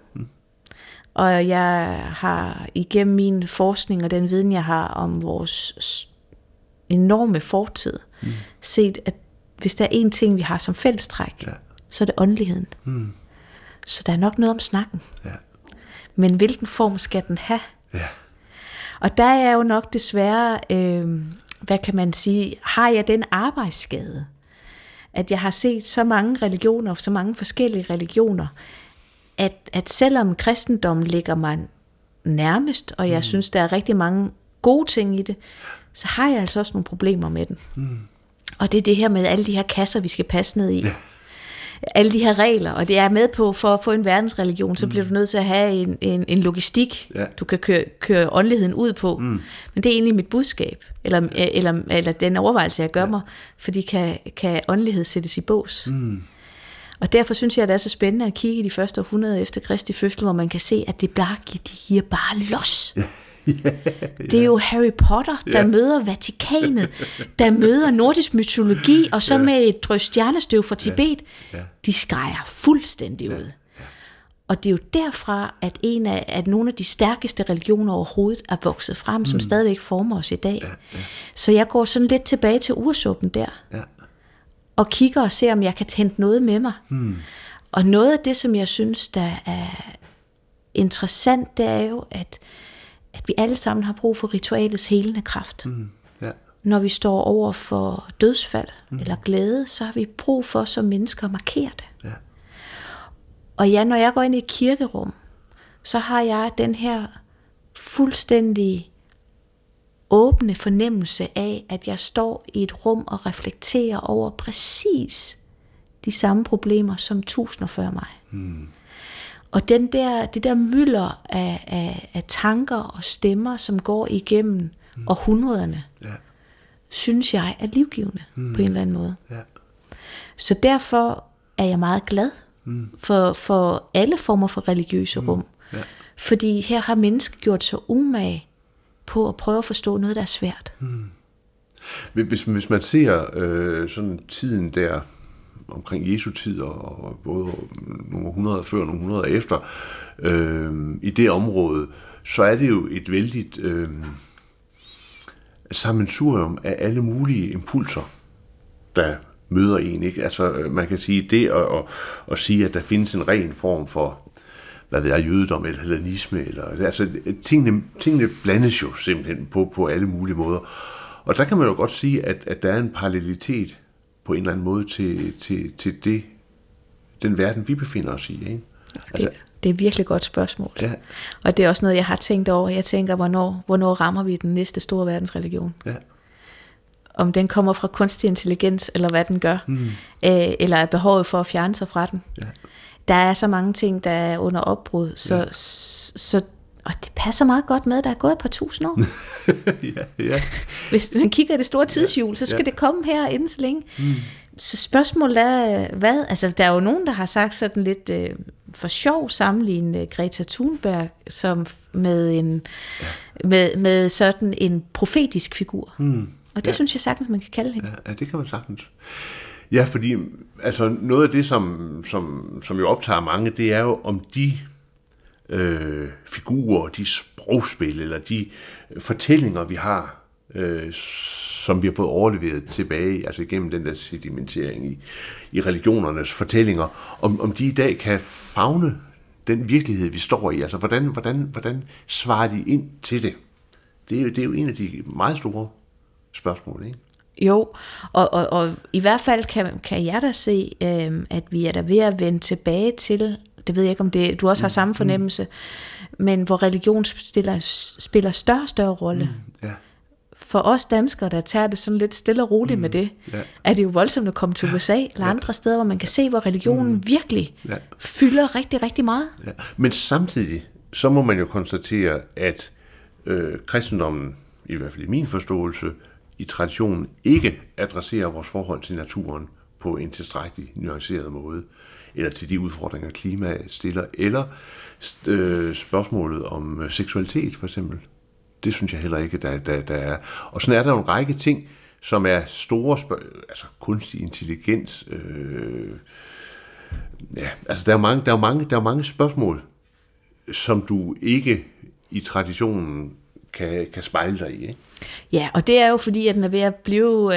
[SPEAKER 3] Og jeg har igennem min forskning og den viden, jeg har om vores enorme fortid, set, at hvis der er én ting, vi har som fællestræk, så er det åndeligheden. Så der er nok noget om snakken. Ja. Men hvilken form skal den have? Ja. Og der er jo nok desværre, hvad kan man sige, har jeg den arbejdsskade, at jeg har set så mange religioner, så mange forskellige religioner, at selvom kristendommen ligger mig nærmest, og jeg synes, der er rigtig mange gode ting i det, så har jeg altså også nogle problemer med den. Og det er det her med alle de her kasser, vi skal passe ned i. Ja. Alle de her regler, og det er med på, for at få en verdensreligion, så bliver du nødt til at have en logistik, du kan køre åndeligheden ud på. Men det er egentlig mit budskab, eller den overvejelse, jeg gør mig, fordi kan åndelighed sættes i bås. Og derfor synes jeg, at det er så spændende at kigge i de første århundreder efter Kristi fødsel, hvor man kan se, at de giver bare los. Det er jo Harry Potter, der møder Vatikanet, der møder nordisk mytologi, og så med et drøs stjernestøv fra Tibet. De skræjer fuldstændig ud. Og det er jo derfra, at nogle af de stærkeste religioner overhovedet er vokset frem, som stadigvæk former os i dag. Så jeg går sådan lidt tilbage til ursuppen der, og kigger og ser, om jeg kan hente noget med mig. Og noget af det, som jeg synes, der er interessant, det er jo, at vi alle sammen har brug for ritualets helende kraft. Når vi står over for dødsfald eller glæde, så har vi brug for som mennesker at markere det. Og når jeg går ind i et kirkerum, så har jeg den her fuldstændig åbne fornemmelse af, at jeg står i et rum og reflekterer over præcis de samme problemer som tusinder før mig. Og det der mylder af tanker og stemmer, som går igennem århundrederne, synes jeg er livgivende på en eller anden måde. Så derfor er jeg meget glad for alle former for religiøse rum. Fordi her har mennesker gjort sig umage på at prøve at forstå noget, der er svært.
[SPEAKER 2] Hvis man ser sådan tiden der omkring Jesu tid, og både nogle hundrede før og nogle hundrede efter, i det område, så er det jo et vældigt sammensurium af alle mulige impulser, der møder en, ikke? Altså, man kan sige det at sige, at der findes en ren form for, hvad ved jeg, jødedom eller hellenisme, eller, altså, tingene blandes jo simpelthen på alle mulige måder. Og der kan man jo godt sige, at der er en parallelitet på en eller anden måde til den verden, vi befinder os i, ikke? Altså,
[SPEAKER 3] det er et virkelig godt spørgsmål. Ja. Og det er også noget, jeg har tænkt over. Jeg tænker, hvornår rammer vi den næste store verdensreligion? Ja. Om den kommer fra kunstig intelligens, eller hvad den gør. Eller er behovet for at fjerne sig fra den. Ja. Der er så mange ting, der er under opbrud, så og det passer meget godt med, der er gået et par tusind år. Hvis man kigger i det store tidshjul, så skal det komme her inden så længe. Så spørgsmålet er, hvad? Altså, der er jo nogen, der har sagt sådan lidt, for sjov sammenligne Greta Thunberg som med sådan en profetisk figur. Og det synes jeg sagtens, man kan kalde hende.
[SPEAKER 2] Ja, det kan man sagtens. Ja, fordi altså noget af det, som jo optager mange, det er jo om de figurer, de sprogspil, eller de fortællinger, vi har, som vi har fået overleveret tilbage, altså igennem den der sedimentering i religionernes fortællinger, om de i dag kan favne den virkelighed, vi står i. Altså, hvordan svarer de ind til det? Det er jo en af de meget store spørgsmål, ikke?
[SPEAKER 3] Jo, og i hvert fald kan jeg da se, at vi er der ved at vende tilbage til, det ved jeg ikke, om det du også har samme fornemmelse, men hvor religion spiller større og større rolle. Ja. For os danskere, der tager det sådan lidt stille og roligt med det, er det jo voldsomt at komme til USA eller andre steder, hvor man kan se, hvor religionen virkelig fylder rigtig, rigtig meget.
[SPEAKER 2] Ja. Men samtidig, så må man jo konstatere, at kristendommen, i hvert fald i min forståelse, i traditionen ikke adresserer vores forhold til naturen på en tilstrækkelig nuanceret måde, eller til de udfordringer, klimaet stiller, eller spørgsmålet om seksualitet for eksempel. Det synes jeg heller ikke, der er. Og sådan er der jo en række ting, som er store altså kunstig intelligens. Altså der er mange spørgsmål, som du ikke i traditionen kan spejle dig i, ikke?
[SPEAKER 3] Ja, og det er jo fordi, at den er ved at blive,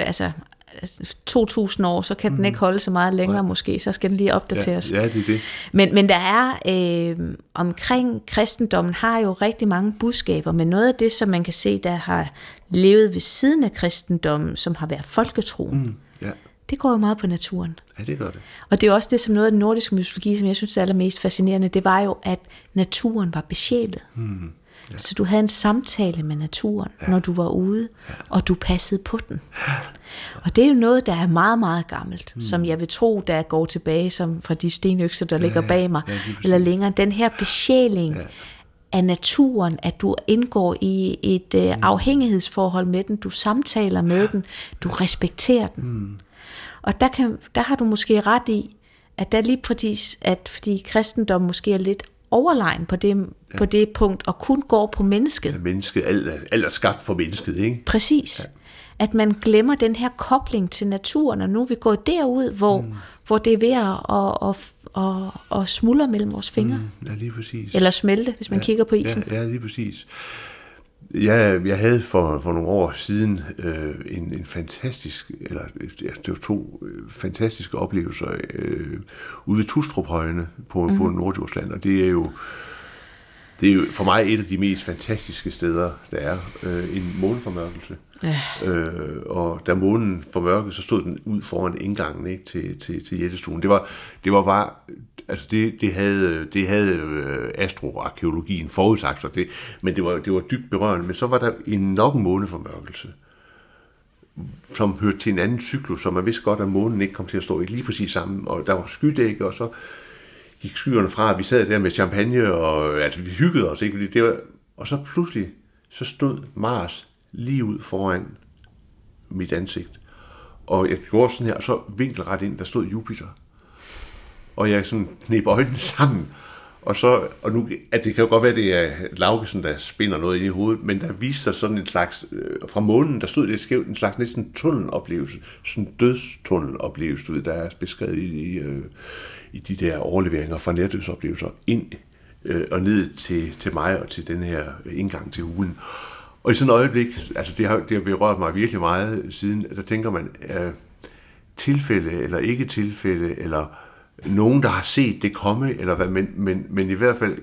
[SPEAKER 3] 2000 år, så kan den ikke holde så meget længere måske, så skal den lige opdateres.
[SPEAKER 2] Ja, det er det.
[SPEAKER 3] Men der er, omkring kristendommen har jo rigtig mange budskaber, men noget af det, som man kan se, der har levet ved siden af kristendommen, som har været folketroen, det går jo meget på naturen.
[SPEAKER 2] Ja, det gør det.
[SPEAKER 3] Og det er også det, som noget af den nordiske mytologi, som jeg synes er allermest fascinerende, det var jo, at naturen var besjælet. Ja. Så du havde en samtale med naturen, når du var ude, og du passede på den. Og det er jo noget, der er meget, meget gammelt, som jeg vil tro, der går tilbage som fra de stenøkser, der ligger bag mig, eller længere. Den her besjæling af naturen, at du indgår i et afhængighedsforhold med den, du samtaler med den, du respekterer den. Og der har du måske ret i, at der lige præcis, at fordi kristendom måske er lidt overlegen på det punkt, og kun går på mennesket.
[SPEAKER 2] Ja, mennesket, alt er skabt for mennesket, ikke?
[SPEAKER 3] Præcis. Ja. At man glemmer den her kobling til naturen, og nu er vi gået derud, hvor det er ved at smuldre mellem vores fingre.
[SPEAKER 2] Ja, lige præcis.
[SPEAKER 3] Eller smelte, hvis man kigger på isen.
[SPEAKER 2] Ja, lige præcis. Jeg havde for nogle år siden en fantastisk, eller det var 2 fantastiske oplevelser ude ved Tustrup-højene på Nordjylland, og det er jo for mig et af de mest fantastiske steder, der er. En måneformørkelse. Ja. Og da månen formørkede, så stod den ud foran indgangen, ikke, til jættestuen. Det var bare, altså det havde astroarkeologien forudsagt sig det, men det var dybt berørende. Men så var der nok en måneformørkelse, som hørte til en anden cyklus, så man vidste godt, at månen ikke kom til at stå i lige præcis sammen, og der var skydække, og så gik skyerne fra, at vi sad der med champagne, og altså vi hyggede os, ikke, fordi det var, og så pludselig, så stod Mars lige ud foran mit ansigt, og jeg gjorde sådan her, og så vinkelret ind, der stod Jupiter, og jeg sådan knep øjnene sammen, og nu, at det kan jo godt være, det er Laugesen, der spinder noget ind i hovedet, men der viste sig sådan en slags, fra månen, der stod det skævt, en slags næsten tunnenoplevelse, sådan en dødstunnenoplevelse, der er beskrevet i de der overleveringer fra nærdødsoplevelser, ind og ned til mig og til den her indgang til hulen. Og i sådan et øjeblik, altså det har berørt mig virkelig meget siden, der tænker man, tilfælde eller ikke tilfælde, eller nogen, der har set det komme, eller hvad, men i hvert fald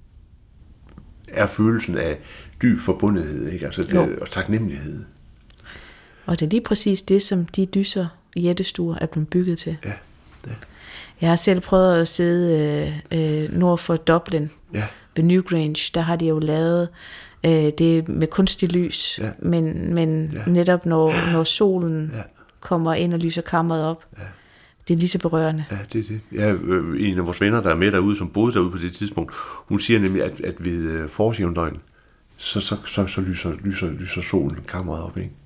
[SPEAKER 2] er følelsen af dyb forbundethed, ikke? Altså det, og taknemmelighed.
[SPEAKER 3] Og det er lige præcis det, som de dyser jættestuer er blevet bygget til. Ja. Jeg har selv prøvet at sidde nord for Dublin, ved Newgrange. Der har de jo lavet det med kunstig lys, men netop når solen kommer ind og lyser kammeret op, det er lige så berørende. Ja, det er det.
[SPEAKER 2] Ja, en af vores venner, der er med derude, som boede derude på det tidspunkt, hun siger nemlig, at ved forårsjævndøgn, så lyser solen kammeret op, ikke?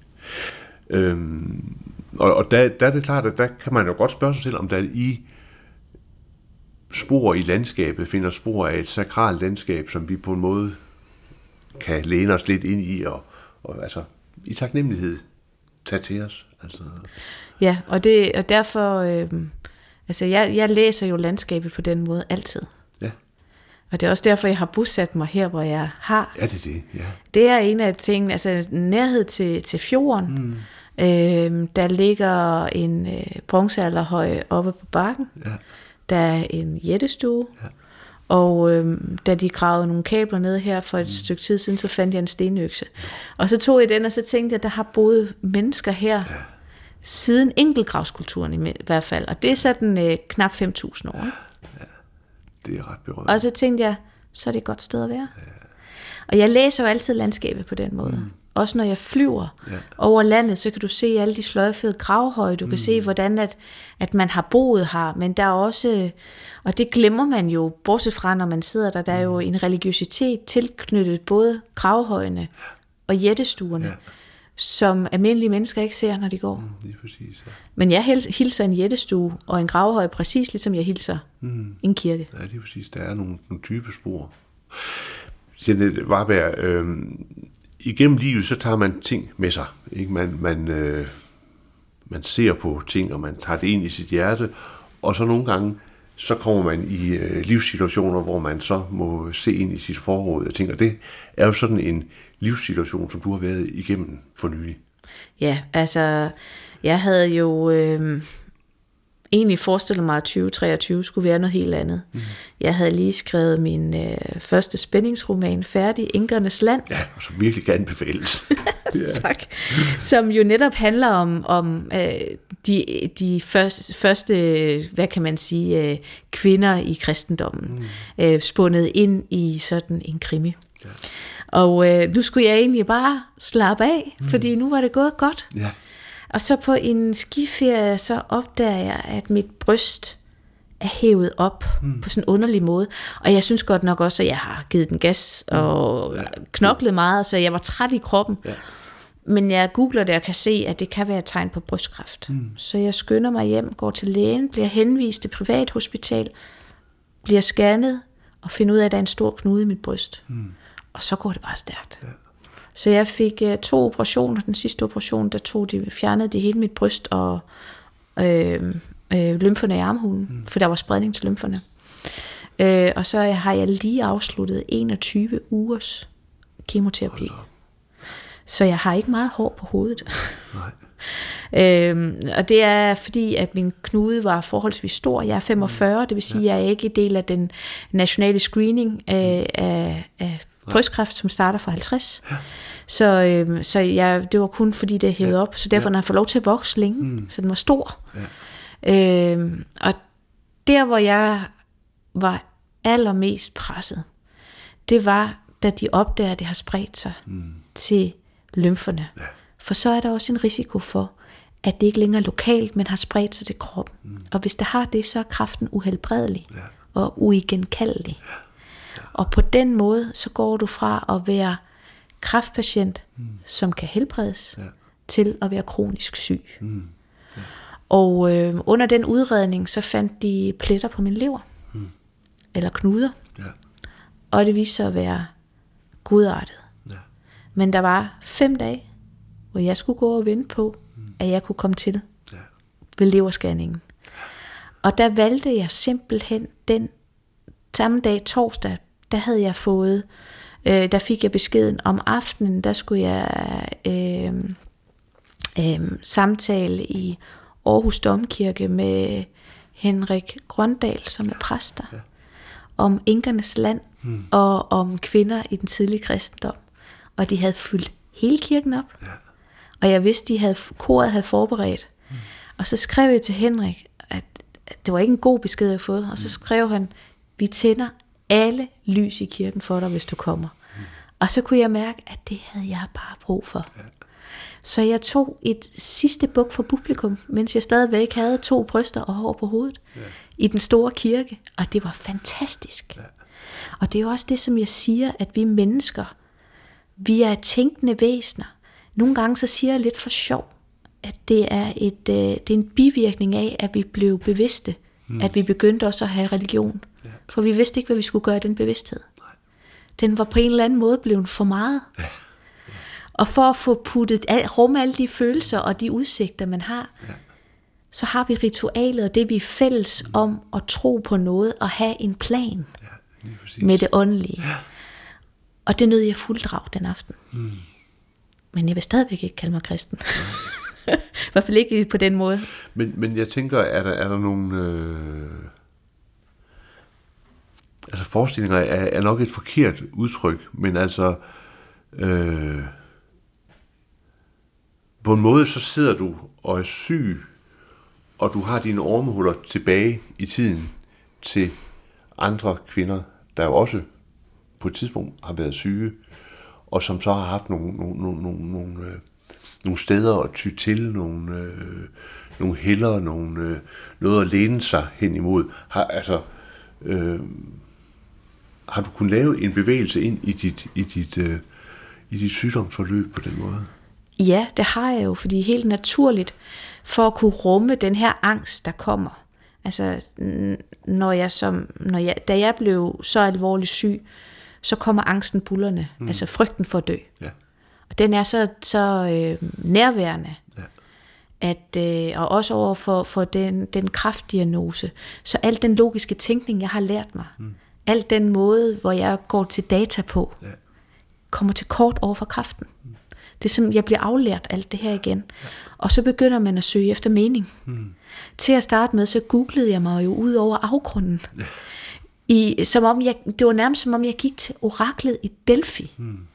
[SPEAKER 2] Og der er det klart, at der kan man jo godt spørge sig selv, om der i spor i landskabet, finder spor af et sakralt landskab, som vi på en måde kan læne os lidt ind i, og altså i taknemmelighed tage til os. Altså.
[SPEAKER 3] Ja, og derfor, altså jeg læser jo landskabet på den måde altid.
[SPEAKER 2] Ja.
[SPEAKER 3] Og det er også derfor, jeg har bosat mig her, hvor jeg har.
[SPEAKER 2] Ja, det, ja.
[SPEAKER 3] Det er en af tingene, altså nærhed til fjorden. Der ligger en bronzealderhøj oppe på bakken. Ja. Der er en jættestue. Ja. Og da de gravede nogle kabler ned her for et stykke tid siden, så fandt jeg en stenøkse. Og så tog jeg den, og så tænkte jeg, at der har boet mennesker her, siden enkeltgravskulturen i hvert fald. Og det er sådan knap 5.000 år.
[SPEAKER 2] Ja, det er ret berømt.
[SPEAKER 3] Og så tænkte jeg, så er det et godt sted at være. Ja. Og jeg læser jo altid landskabet på den måde. Også når jeg flyver over landet, så kan du se alle de sløjfede gravhøje. Du kan se, hvordan at man har boet her. Men der er også, og det glemmer man jo, bortset fra når man sidder der, der er jo en religiøsitet tilknyttet både gravhøjene og jættestuerne, som almindelige mennesker ikke ser, når de går.
[SPEAKER 2] Det er præcis, ja.
[SPEAKER 3] Men jeg hilser en jættestue og en gravhøj præcis ligesom jeg hilser en kirke.
[SPEAKER 2] Ja, det er præcis. Der er nogle dybe spor. Jeanette Varberg, igennem livet, så tager man ting med sig. Ikke? Man ser på ting, og man tager det ind i sit hjerte, og så nogle gange, så kommer man i livssituationer, hvor man så må se ind i sit forråd og ting, og det er jo sådan en livssituation, som du har været igennem for nylig.
[SPEAKER 3] Ja, altså, jeg havde jo egentlig forestillet mig, at 2023 skulle være noget helt andet. Jeg havde lige skrevet min første spændingsroman færdig, Inkernes Land.
[SPEAKER 2] Ja, som virkelig kan anbefales.
[SPEAKER 3] Tak. Som jo netop handler om de første, hvad kan man sige, kvinder i kristendommen, spundet ind i sådan en krimi. Ja. Og nu skulle jeg egentlig bare slappe af, fordi nu var det gået godt. Ja. Og så på en skiferie, så opdager jeg, at mit bryst er hævet op på sådan en underlig måde. Og jeg synes godt nok også, at jeg har givet den gas og knoklet meget, så jeg var træt i kroppen. Ja. Men jeg googler det og kan se, at det kan være et tegn på brystkræft. Så jeg skynder mig hjem, går til lægen, bliver henvist til privathospital, bliver scannet og finder ud af, at der er en stor knude i mit bryst. Og så går det bare stærkt. Ja. Så jeg fik 2 operationer. Den sidste operation, der fjernede de hele mit bryst og lymferne i armhulen, for der var spredning til lymferne. Og så har jeg lige afsluttet 21 ugers kemoterapi. Så jeg har ikke meget hår på hovedet. Nej. Og det er fordi, at min knude var forholdsvis stor. Jeg er 45, det vil sige, at jeg er ikke del af den nationale screening af brystkræft, som starter fra 50. Ja. Så det var kun fordi, det er hævet op. Så derfor har jeg fået lov til at vokse længe. Så den var stor. Ja. Og der, hvor jeg var allermest presset, det var, da de opdager, at det har spredt sig til lymferne. Ja. For så er der også en risiko for, at det ikke længere er lokalt, men har spredt sig til kroppen. Og hvis det har det, så er kræften uhelbredelig og uigenkaldelig. Ja. Og på den måde, så går du fra at være kræftpatient, som kan helbredes, til at være kronisk syg. Ja. Og under den udredning, så fandt de pletter på min lever. Eller knuder. Ja. Og det viste sig at være godartet. Ja. Men der var 5 dage, hvor jeg skulle gå og vente på, at jeg kunne komme til ved leverscanningen. Og der valgte jeg simpelthen den samme dag, torsdag, der havde jeg fået, der fik jeg beskeden om aftenen, der skulle jeg samtale i Aarhus Domkirke med Henrik Grøndal, som er præst der, om Inkernes Land og om kvinder i den tidlige kristendom. Og de havde fyldt hele kirken op. Ja. Og jeg vidste, koret havde forberedt. Og så skrev jeg til Henrik, at det var ikke en god besked, jeg fået. Og så skrev han, vi tænder alle lys i kirken for dig, hvis du kommer. Og så kunne jeg mærke, at det havde jeg bare brug for. Ja. Så jeg tog et sidste buk for publikum, mens jeg stadigvæk havde 2 bryster og hår på hovedet i den store kirke. Og det var fantastisk. Ja. Og det er jo også det, som jeg siger, at vi mennesker, vi er tænkende væsener. Nogle gange så siger jeg lidt for sjov, at det er en bivirkning af, at vi blev bevidste at vi begyndte også at have religion. Ja. For vi vidste ikke, hvad vi skulle gøre i den bevidsthed. Nej. Den var på en eller anden måde blevet for meget. Ja. Ja. Og for at få puttet rumme alle de følelser og de udsigter, man har, så har vi ritualet, og det vi er fælles om at tro på noget og have en plan med det åndelige. Ja. Og det nød jeg fulddrag den aften. Men jeg vil stadigvæk ikke kalde mig kristen. I hvert fald ikke på den måde.
[SPEAKER 2] Men jeg tænker, er der nogle... altså forestillinger er nok et forkert udtryk, men altså... på en måde så sidder du og er syg, og du har dine ormehuller tilbage i tiden til andre kvinder, der jo også på et tidspunkt har været syge, og som så har haft nogle steder at ty til, nogle hælder, noget at læne sig hen imod. Har du kunnet lave en bevægelse ind i dit sygdomsforløb på den måde?
[SPEAKER 3] Ja, det har jeg jo, fordi helt naturligt, for at kunne rumme den her angst, der kommer. Altså, da jeg blev så alvorligt syg, så kommer angsten buldrende, altså frygten for at dø. Ja. Og den er så nærværende, at, og også over for den kræftdiagnose. Så al den logiske tænkning, jeg har lært mig, al den måde, hvor jeg går til data på, kommer til kort over for kræften. Det er som, jeg bliver aflært alt det her igen. Ja. Og så begynder man at søge efter mening. Til at starte med, så googlede jeg mig jo ud over afgrunden. Ja. Det var nærmest som om jeg gik til oraklet i Delphi.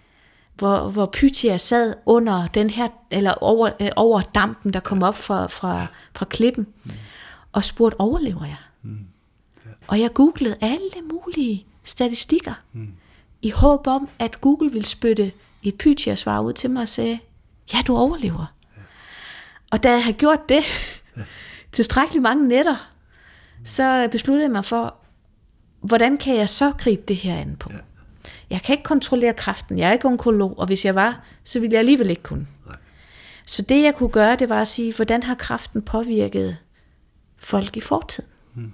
[SPEAKER 3] Hvor Pythia sad under den her, eller over dampen, der kom op fra klippen, og spurgte, overlever jeg? Ja. Og jeg googlede alle mulige statistikker, i håb om, at Google ville spytte et Pythia-svar ud til mig og sagde, ja, du overlever. Ja. Og da jeg havde gjort det tilstrækkeligt mange nætter, så besluttede jeg mig for, hvordan kan jeg så gribe det her an på? Ja. Jeg kan ikke kontrollere kræften, jeg er ikke onkolog, og hvis jeg var, så ville jeg alligevel ikke kunne. Nej. Så det jeg kunne gøre, det var at sige, hvordan har kræften påvirket folk i fortiden?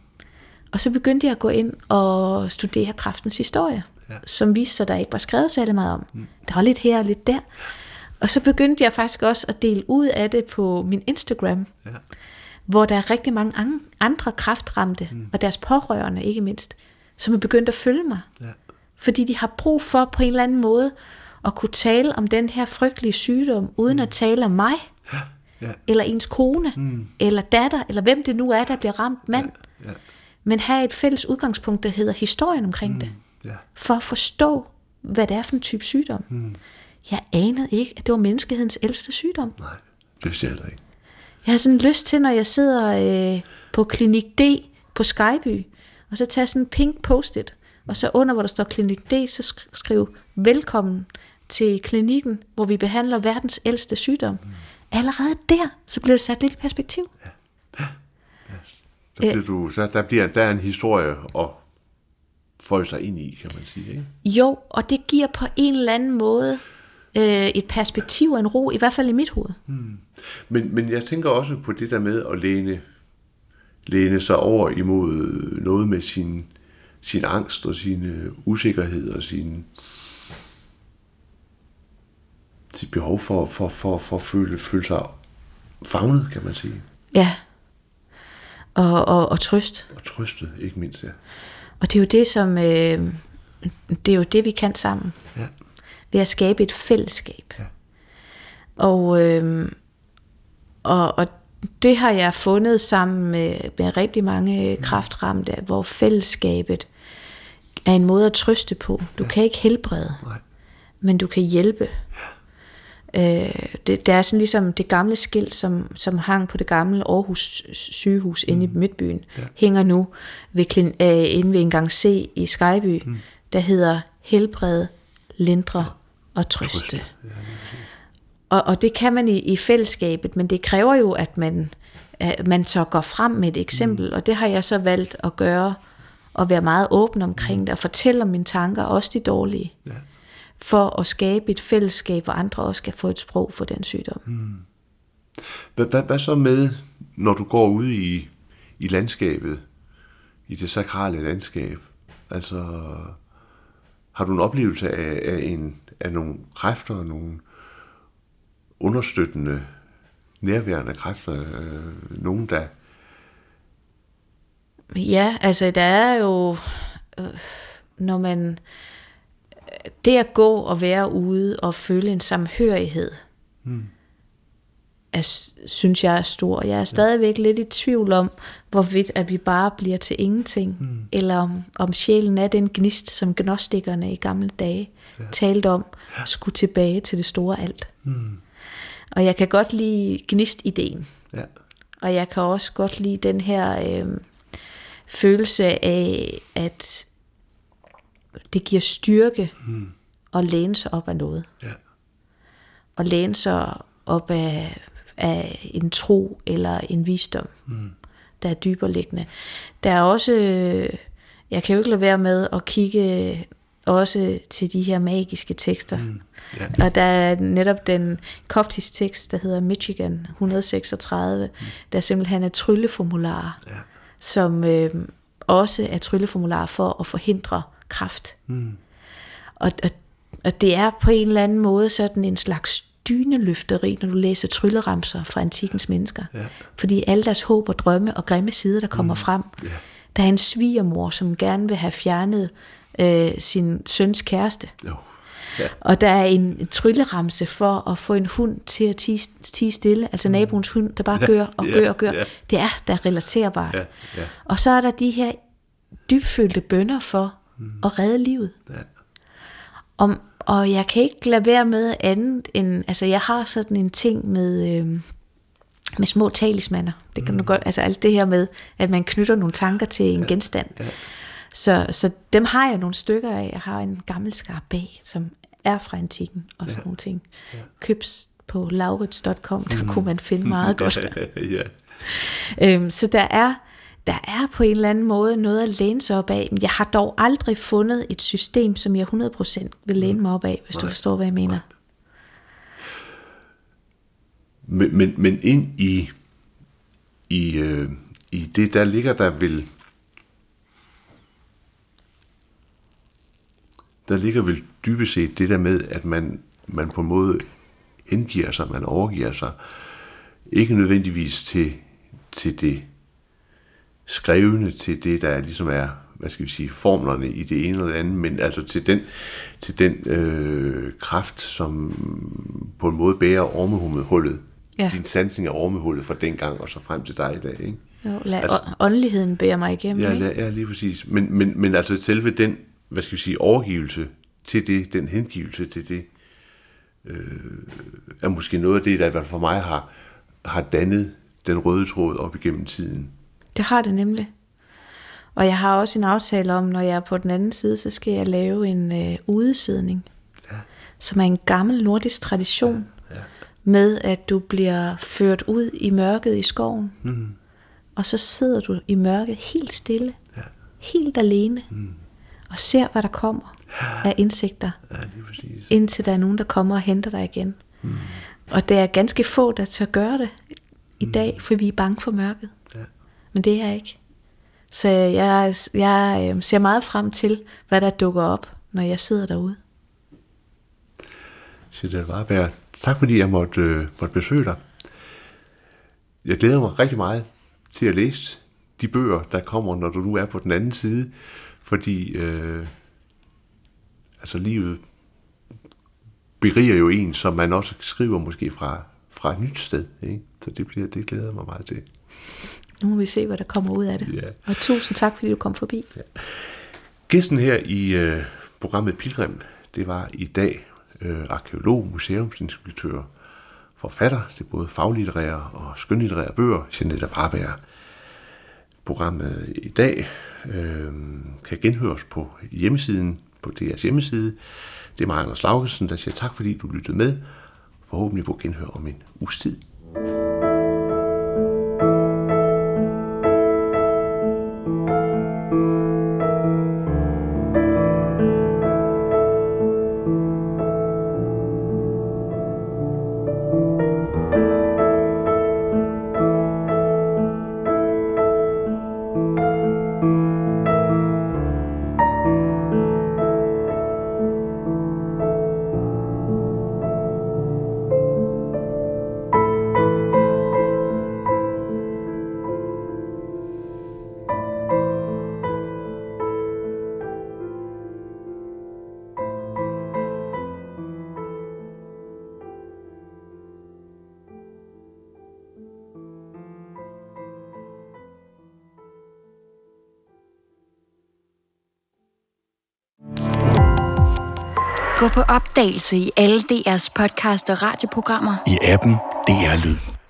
[SPEAKER 3] Og så begyndte jeg at gå ind og studere kræftens historie. Ja. Som viste sig, der ikke var skrevet særlig meget om. Der var lidt her og lidt der. Og så begyndte jeg faktisk også at dele ud af det på min Instagram, hvor der er rigtig mange andre kræftramte, og deres pårørende ikke mindst, som er begyndt at følge mig. Ja. Fordi de har brug for på en eller anden måde at kunne tale om den her frygtelige sygdom, uden at tale om mig, eller ens kone, eller datter, eller hvem det nu er, der bliver ramt, mand. Ja. Ja. Men have et fælles udgangspunkt, der hedder historien omkring det. For at forstå, hvad det er for en type sygdom. Jeg anede ikke, at det var menneskehedens ældste sygdom. Nej, det ser jeg ikke. Jeg har sådan lyst til, når jeg sidder på Klinik D på Skyby, og så tager sådan en pink post-it, og så under, hvor der står Klinik D, så skriv velkommen til klinikken, hvor vi behandler verdens ældste sygdom. Allerede der, så bliver det sat lidt i perspektiv. Ja.
[SPEAKER 2] Der er en historie og folde sig ind i, kan man sige, ikke?
[SPEAKER 3] Jo, og det giver på en eller anden måde et perspektiv og en ro, i hvert fald i mit hoved.
[SPEAKER 2] Men jeg tænker også på det der med at læne sig over imod noget med sin angst og sin usikkerhed og sit behov for at føle sig favnet, kan man sige.
[SPEAKER 3] Ja, og trøst.
[SPEAKER 2] Og trøstet, ikke mindst, ja.
[SPEAKER 3] Og det er jo det, som det er jo det, vi kan sammen. Ja. Ved at skabe et fællesskab. Ja. Og det har jeg fundet sammen med rigtig mange kræftramte, hvor fællesskabet er en måde at trøste på. Du kan ikke helbrede, men du kan hjælpe. Det er sådan ligesom det gamle skilt, som hang på det gamle Aarhus sygehus inde i Midtbyen, hænger nu inde ved indgang C i Skyby, der hedder helbrede, lindre og trøste. Og det kan man i fællesskabet, men det kræver jo, at man så går frem med et eksempel, og det har jeg så valgt at gøre, og være meget åben omkring det, og fortælle om mine tanker, også de dårlige. Ja. For at skabe et fællesskab, hvor andre også skal få et sprog for den sygdom.
[SPEAKER 2] Hvad så med, når du går ud i landskabet, i det sakrale landskab. Altså, har du en oplevelse af nogle kræfter, nogle understøttende, nærværende kræfter, nogen der...
[SPEAKER 3] Ja, altså der er jo, når man, det at gå og være ude og føle en samhørighed, synes jeg er stor. Jeg er stadigvæk lidt i tvivl om, hvorvidt at vi bare bliver til ingenting, eller om sjælen er den gnist, som gnostikerne i gamle dage talte om, skulle tilbage til det store alt. Og jeg kan godt lide gnistideen. Ja. Og jeg kan også godt lide den her følelse af, at det giver styrke at læne sig op af noget. Ja. Og læne sig op af en tro eller en visdom, der er dybere liggende. Der er også, jeg kan jo ikke lade være med at kigge også til de her magiske tekster. Ja. Og der er netop den koptisk tekst, der hedder Michigan 136, der simpelthen er trylleformularer, som også er trylleformularer for at forhindre kræft. Og det er på en eller anden måde sådan en slags dyneløfteri, når du læser trylleramser fra antikkens mennesker. Ja. Fordi alle deres håb og drømme og grimme sider, der kommer frem. Ja. Der er en svigermor, som gerne vil have fjernet sin søns kæreste. Ja. Og der er en trylleramse for at få en hund til at tie stille, altså naboens hund, der bare gør og gør og gør. Ja. Det er da relaterbart. Ja. Ja. Og så er der de her dybfølte bønner for at redde livet. Ja. Og jeg kan ikke lade være med andet end, altså jeg har sådan en ting med små talismaner. Det kan du godt, altså alt det her med, at man knytter nogle tanker til en genstand. Ja. Så dem har jeg nogle stykker af. Jeg har en gammel skarabæ, som er fra antikken og sådan nogle ting. Ja. Købs på laurits.com, der kunne man finde meget godt. Så der er på en eller anden måde noget at læne sig op af. Jeg har dog aldrig fundet et system, som jeg 100% vil læne mig op af, hvis du forstår, hvad jeg mener.
[SPEAKER 2] Men ind i det, der ligger der vel... Der ligger vel dybest set det der med, at man på en måde hengiver sig, man overgiver sig, ikke nødvendigvis til det skrevne, til det, der ligesom er, hvad skal vi sige, formlerne i det ene eller det andet, men altså til den kraft, som på en måde bærer ormehullet. Ja. Din sansning af ormehullet fra dengang og så frem til dig i dag, ikke?
[SPEAKER 3] Jo, åndeligheden bærer mig igennem, ikke?
[SPEAKER 2] Ja, lige præcis. Men altså selve den, hvad skal vi sige, overgivelse til det, den hengivelse til det, er måske noget af det, der i hvert fald for mig har dannet den røde tråd op igennem tiden.
[SPEAKER 3] Det har det nemlig. Og jeg har også en aftale om, når jeg er på den anden side, så skal jeg lave en udesidning, som er en gammel nordisk tradition, med at du bliver ført ud i mørket i skoven, og så sidder du i mørket helt stille, helt alene, og ser, hvad der kommer af indsigter, indtil der er nogen, der kommer og henter dig igen. Og det er ganske få, der tør gøre det i dag, for vi er bange for mørket. Men det er jeg ikke. Så jeg ser meget frem til, hvad der dukker op, når jeg sidder derude.
[SPEAKER 2] Citette Varberg, tak fordi jeg måtte besøge dig. Jeg glæder mig rigtig meget til at læse de bøger, der kommer, når du nu er på den anden side, fordi altså livet beriger jo en, som man også skriver måske fra et nyt sted, ikke? Så det glæder jeg mig meget til.
[SPEAKER 3] Nu må vi se, hvad der kommer ud af det. Ja. Og tusind tak, fordi du kom forbi. Ja.
[SPEAKER 2] Gæsten her i programmet Pilgrim, det var i dag arkæolog, museumsinspektør, forfatter til både faglitterære og skønlitterære bøger, Citette Varberg. Programmet i dag kan genhøres på hjemmesiden, på DR's hjemmeside. Det er mig, Anders Laugesen, der siger tak, fordi du lyttede med. Forhåbentlig på genhør om en uges tid.
[SPEAKER 1] Gå på opdagelse i alle DR's podcast og radioprogrammer.
[SPEAKER 4] I appen DR Lyd.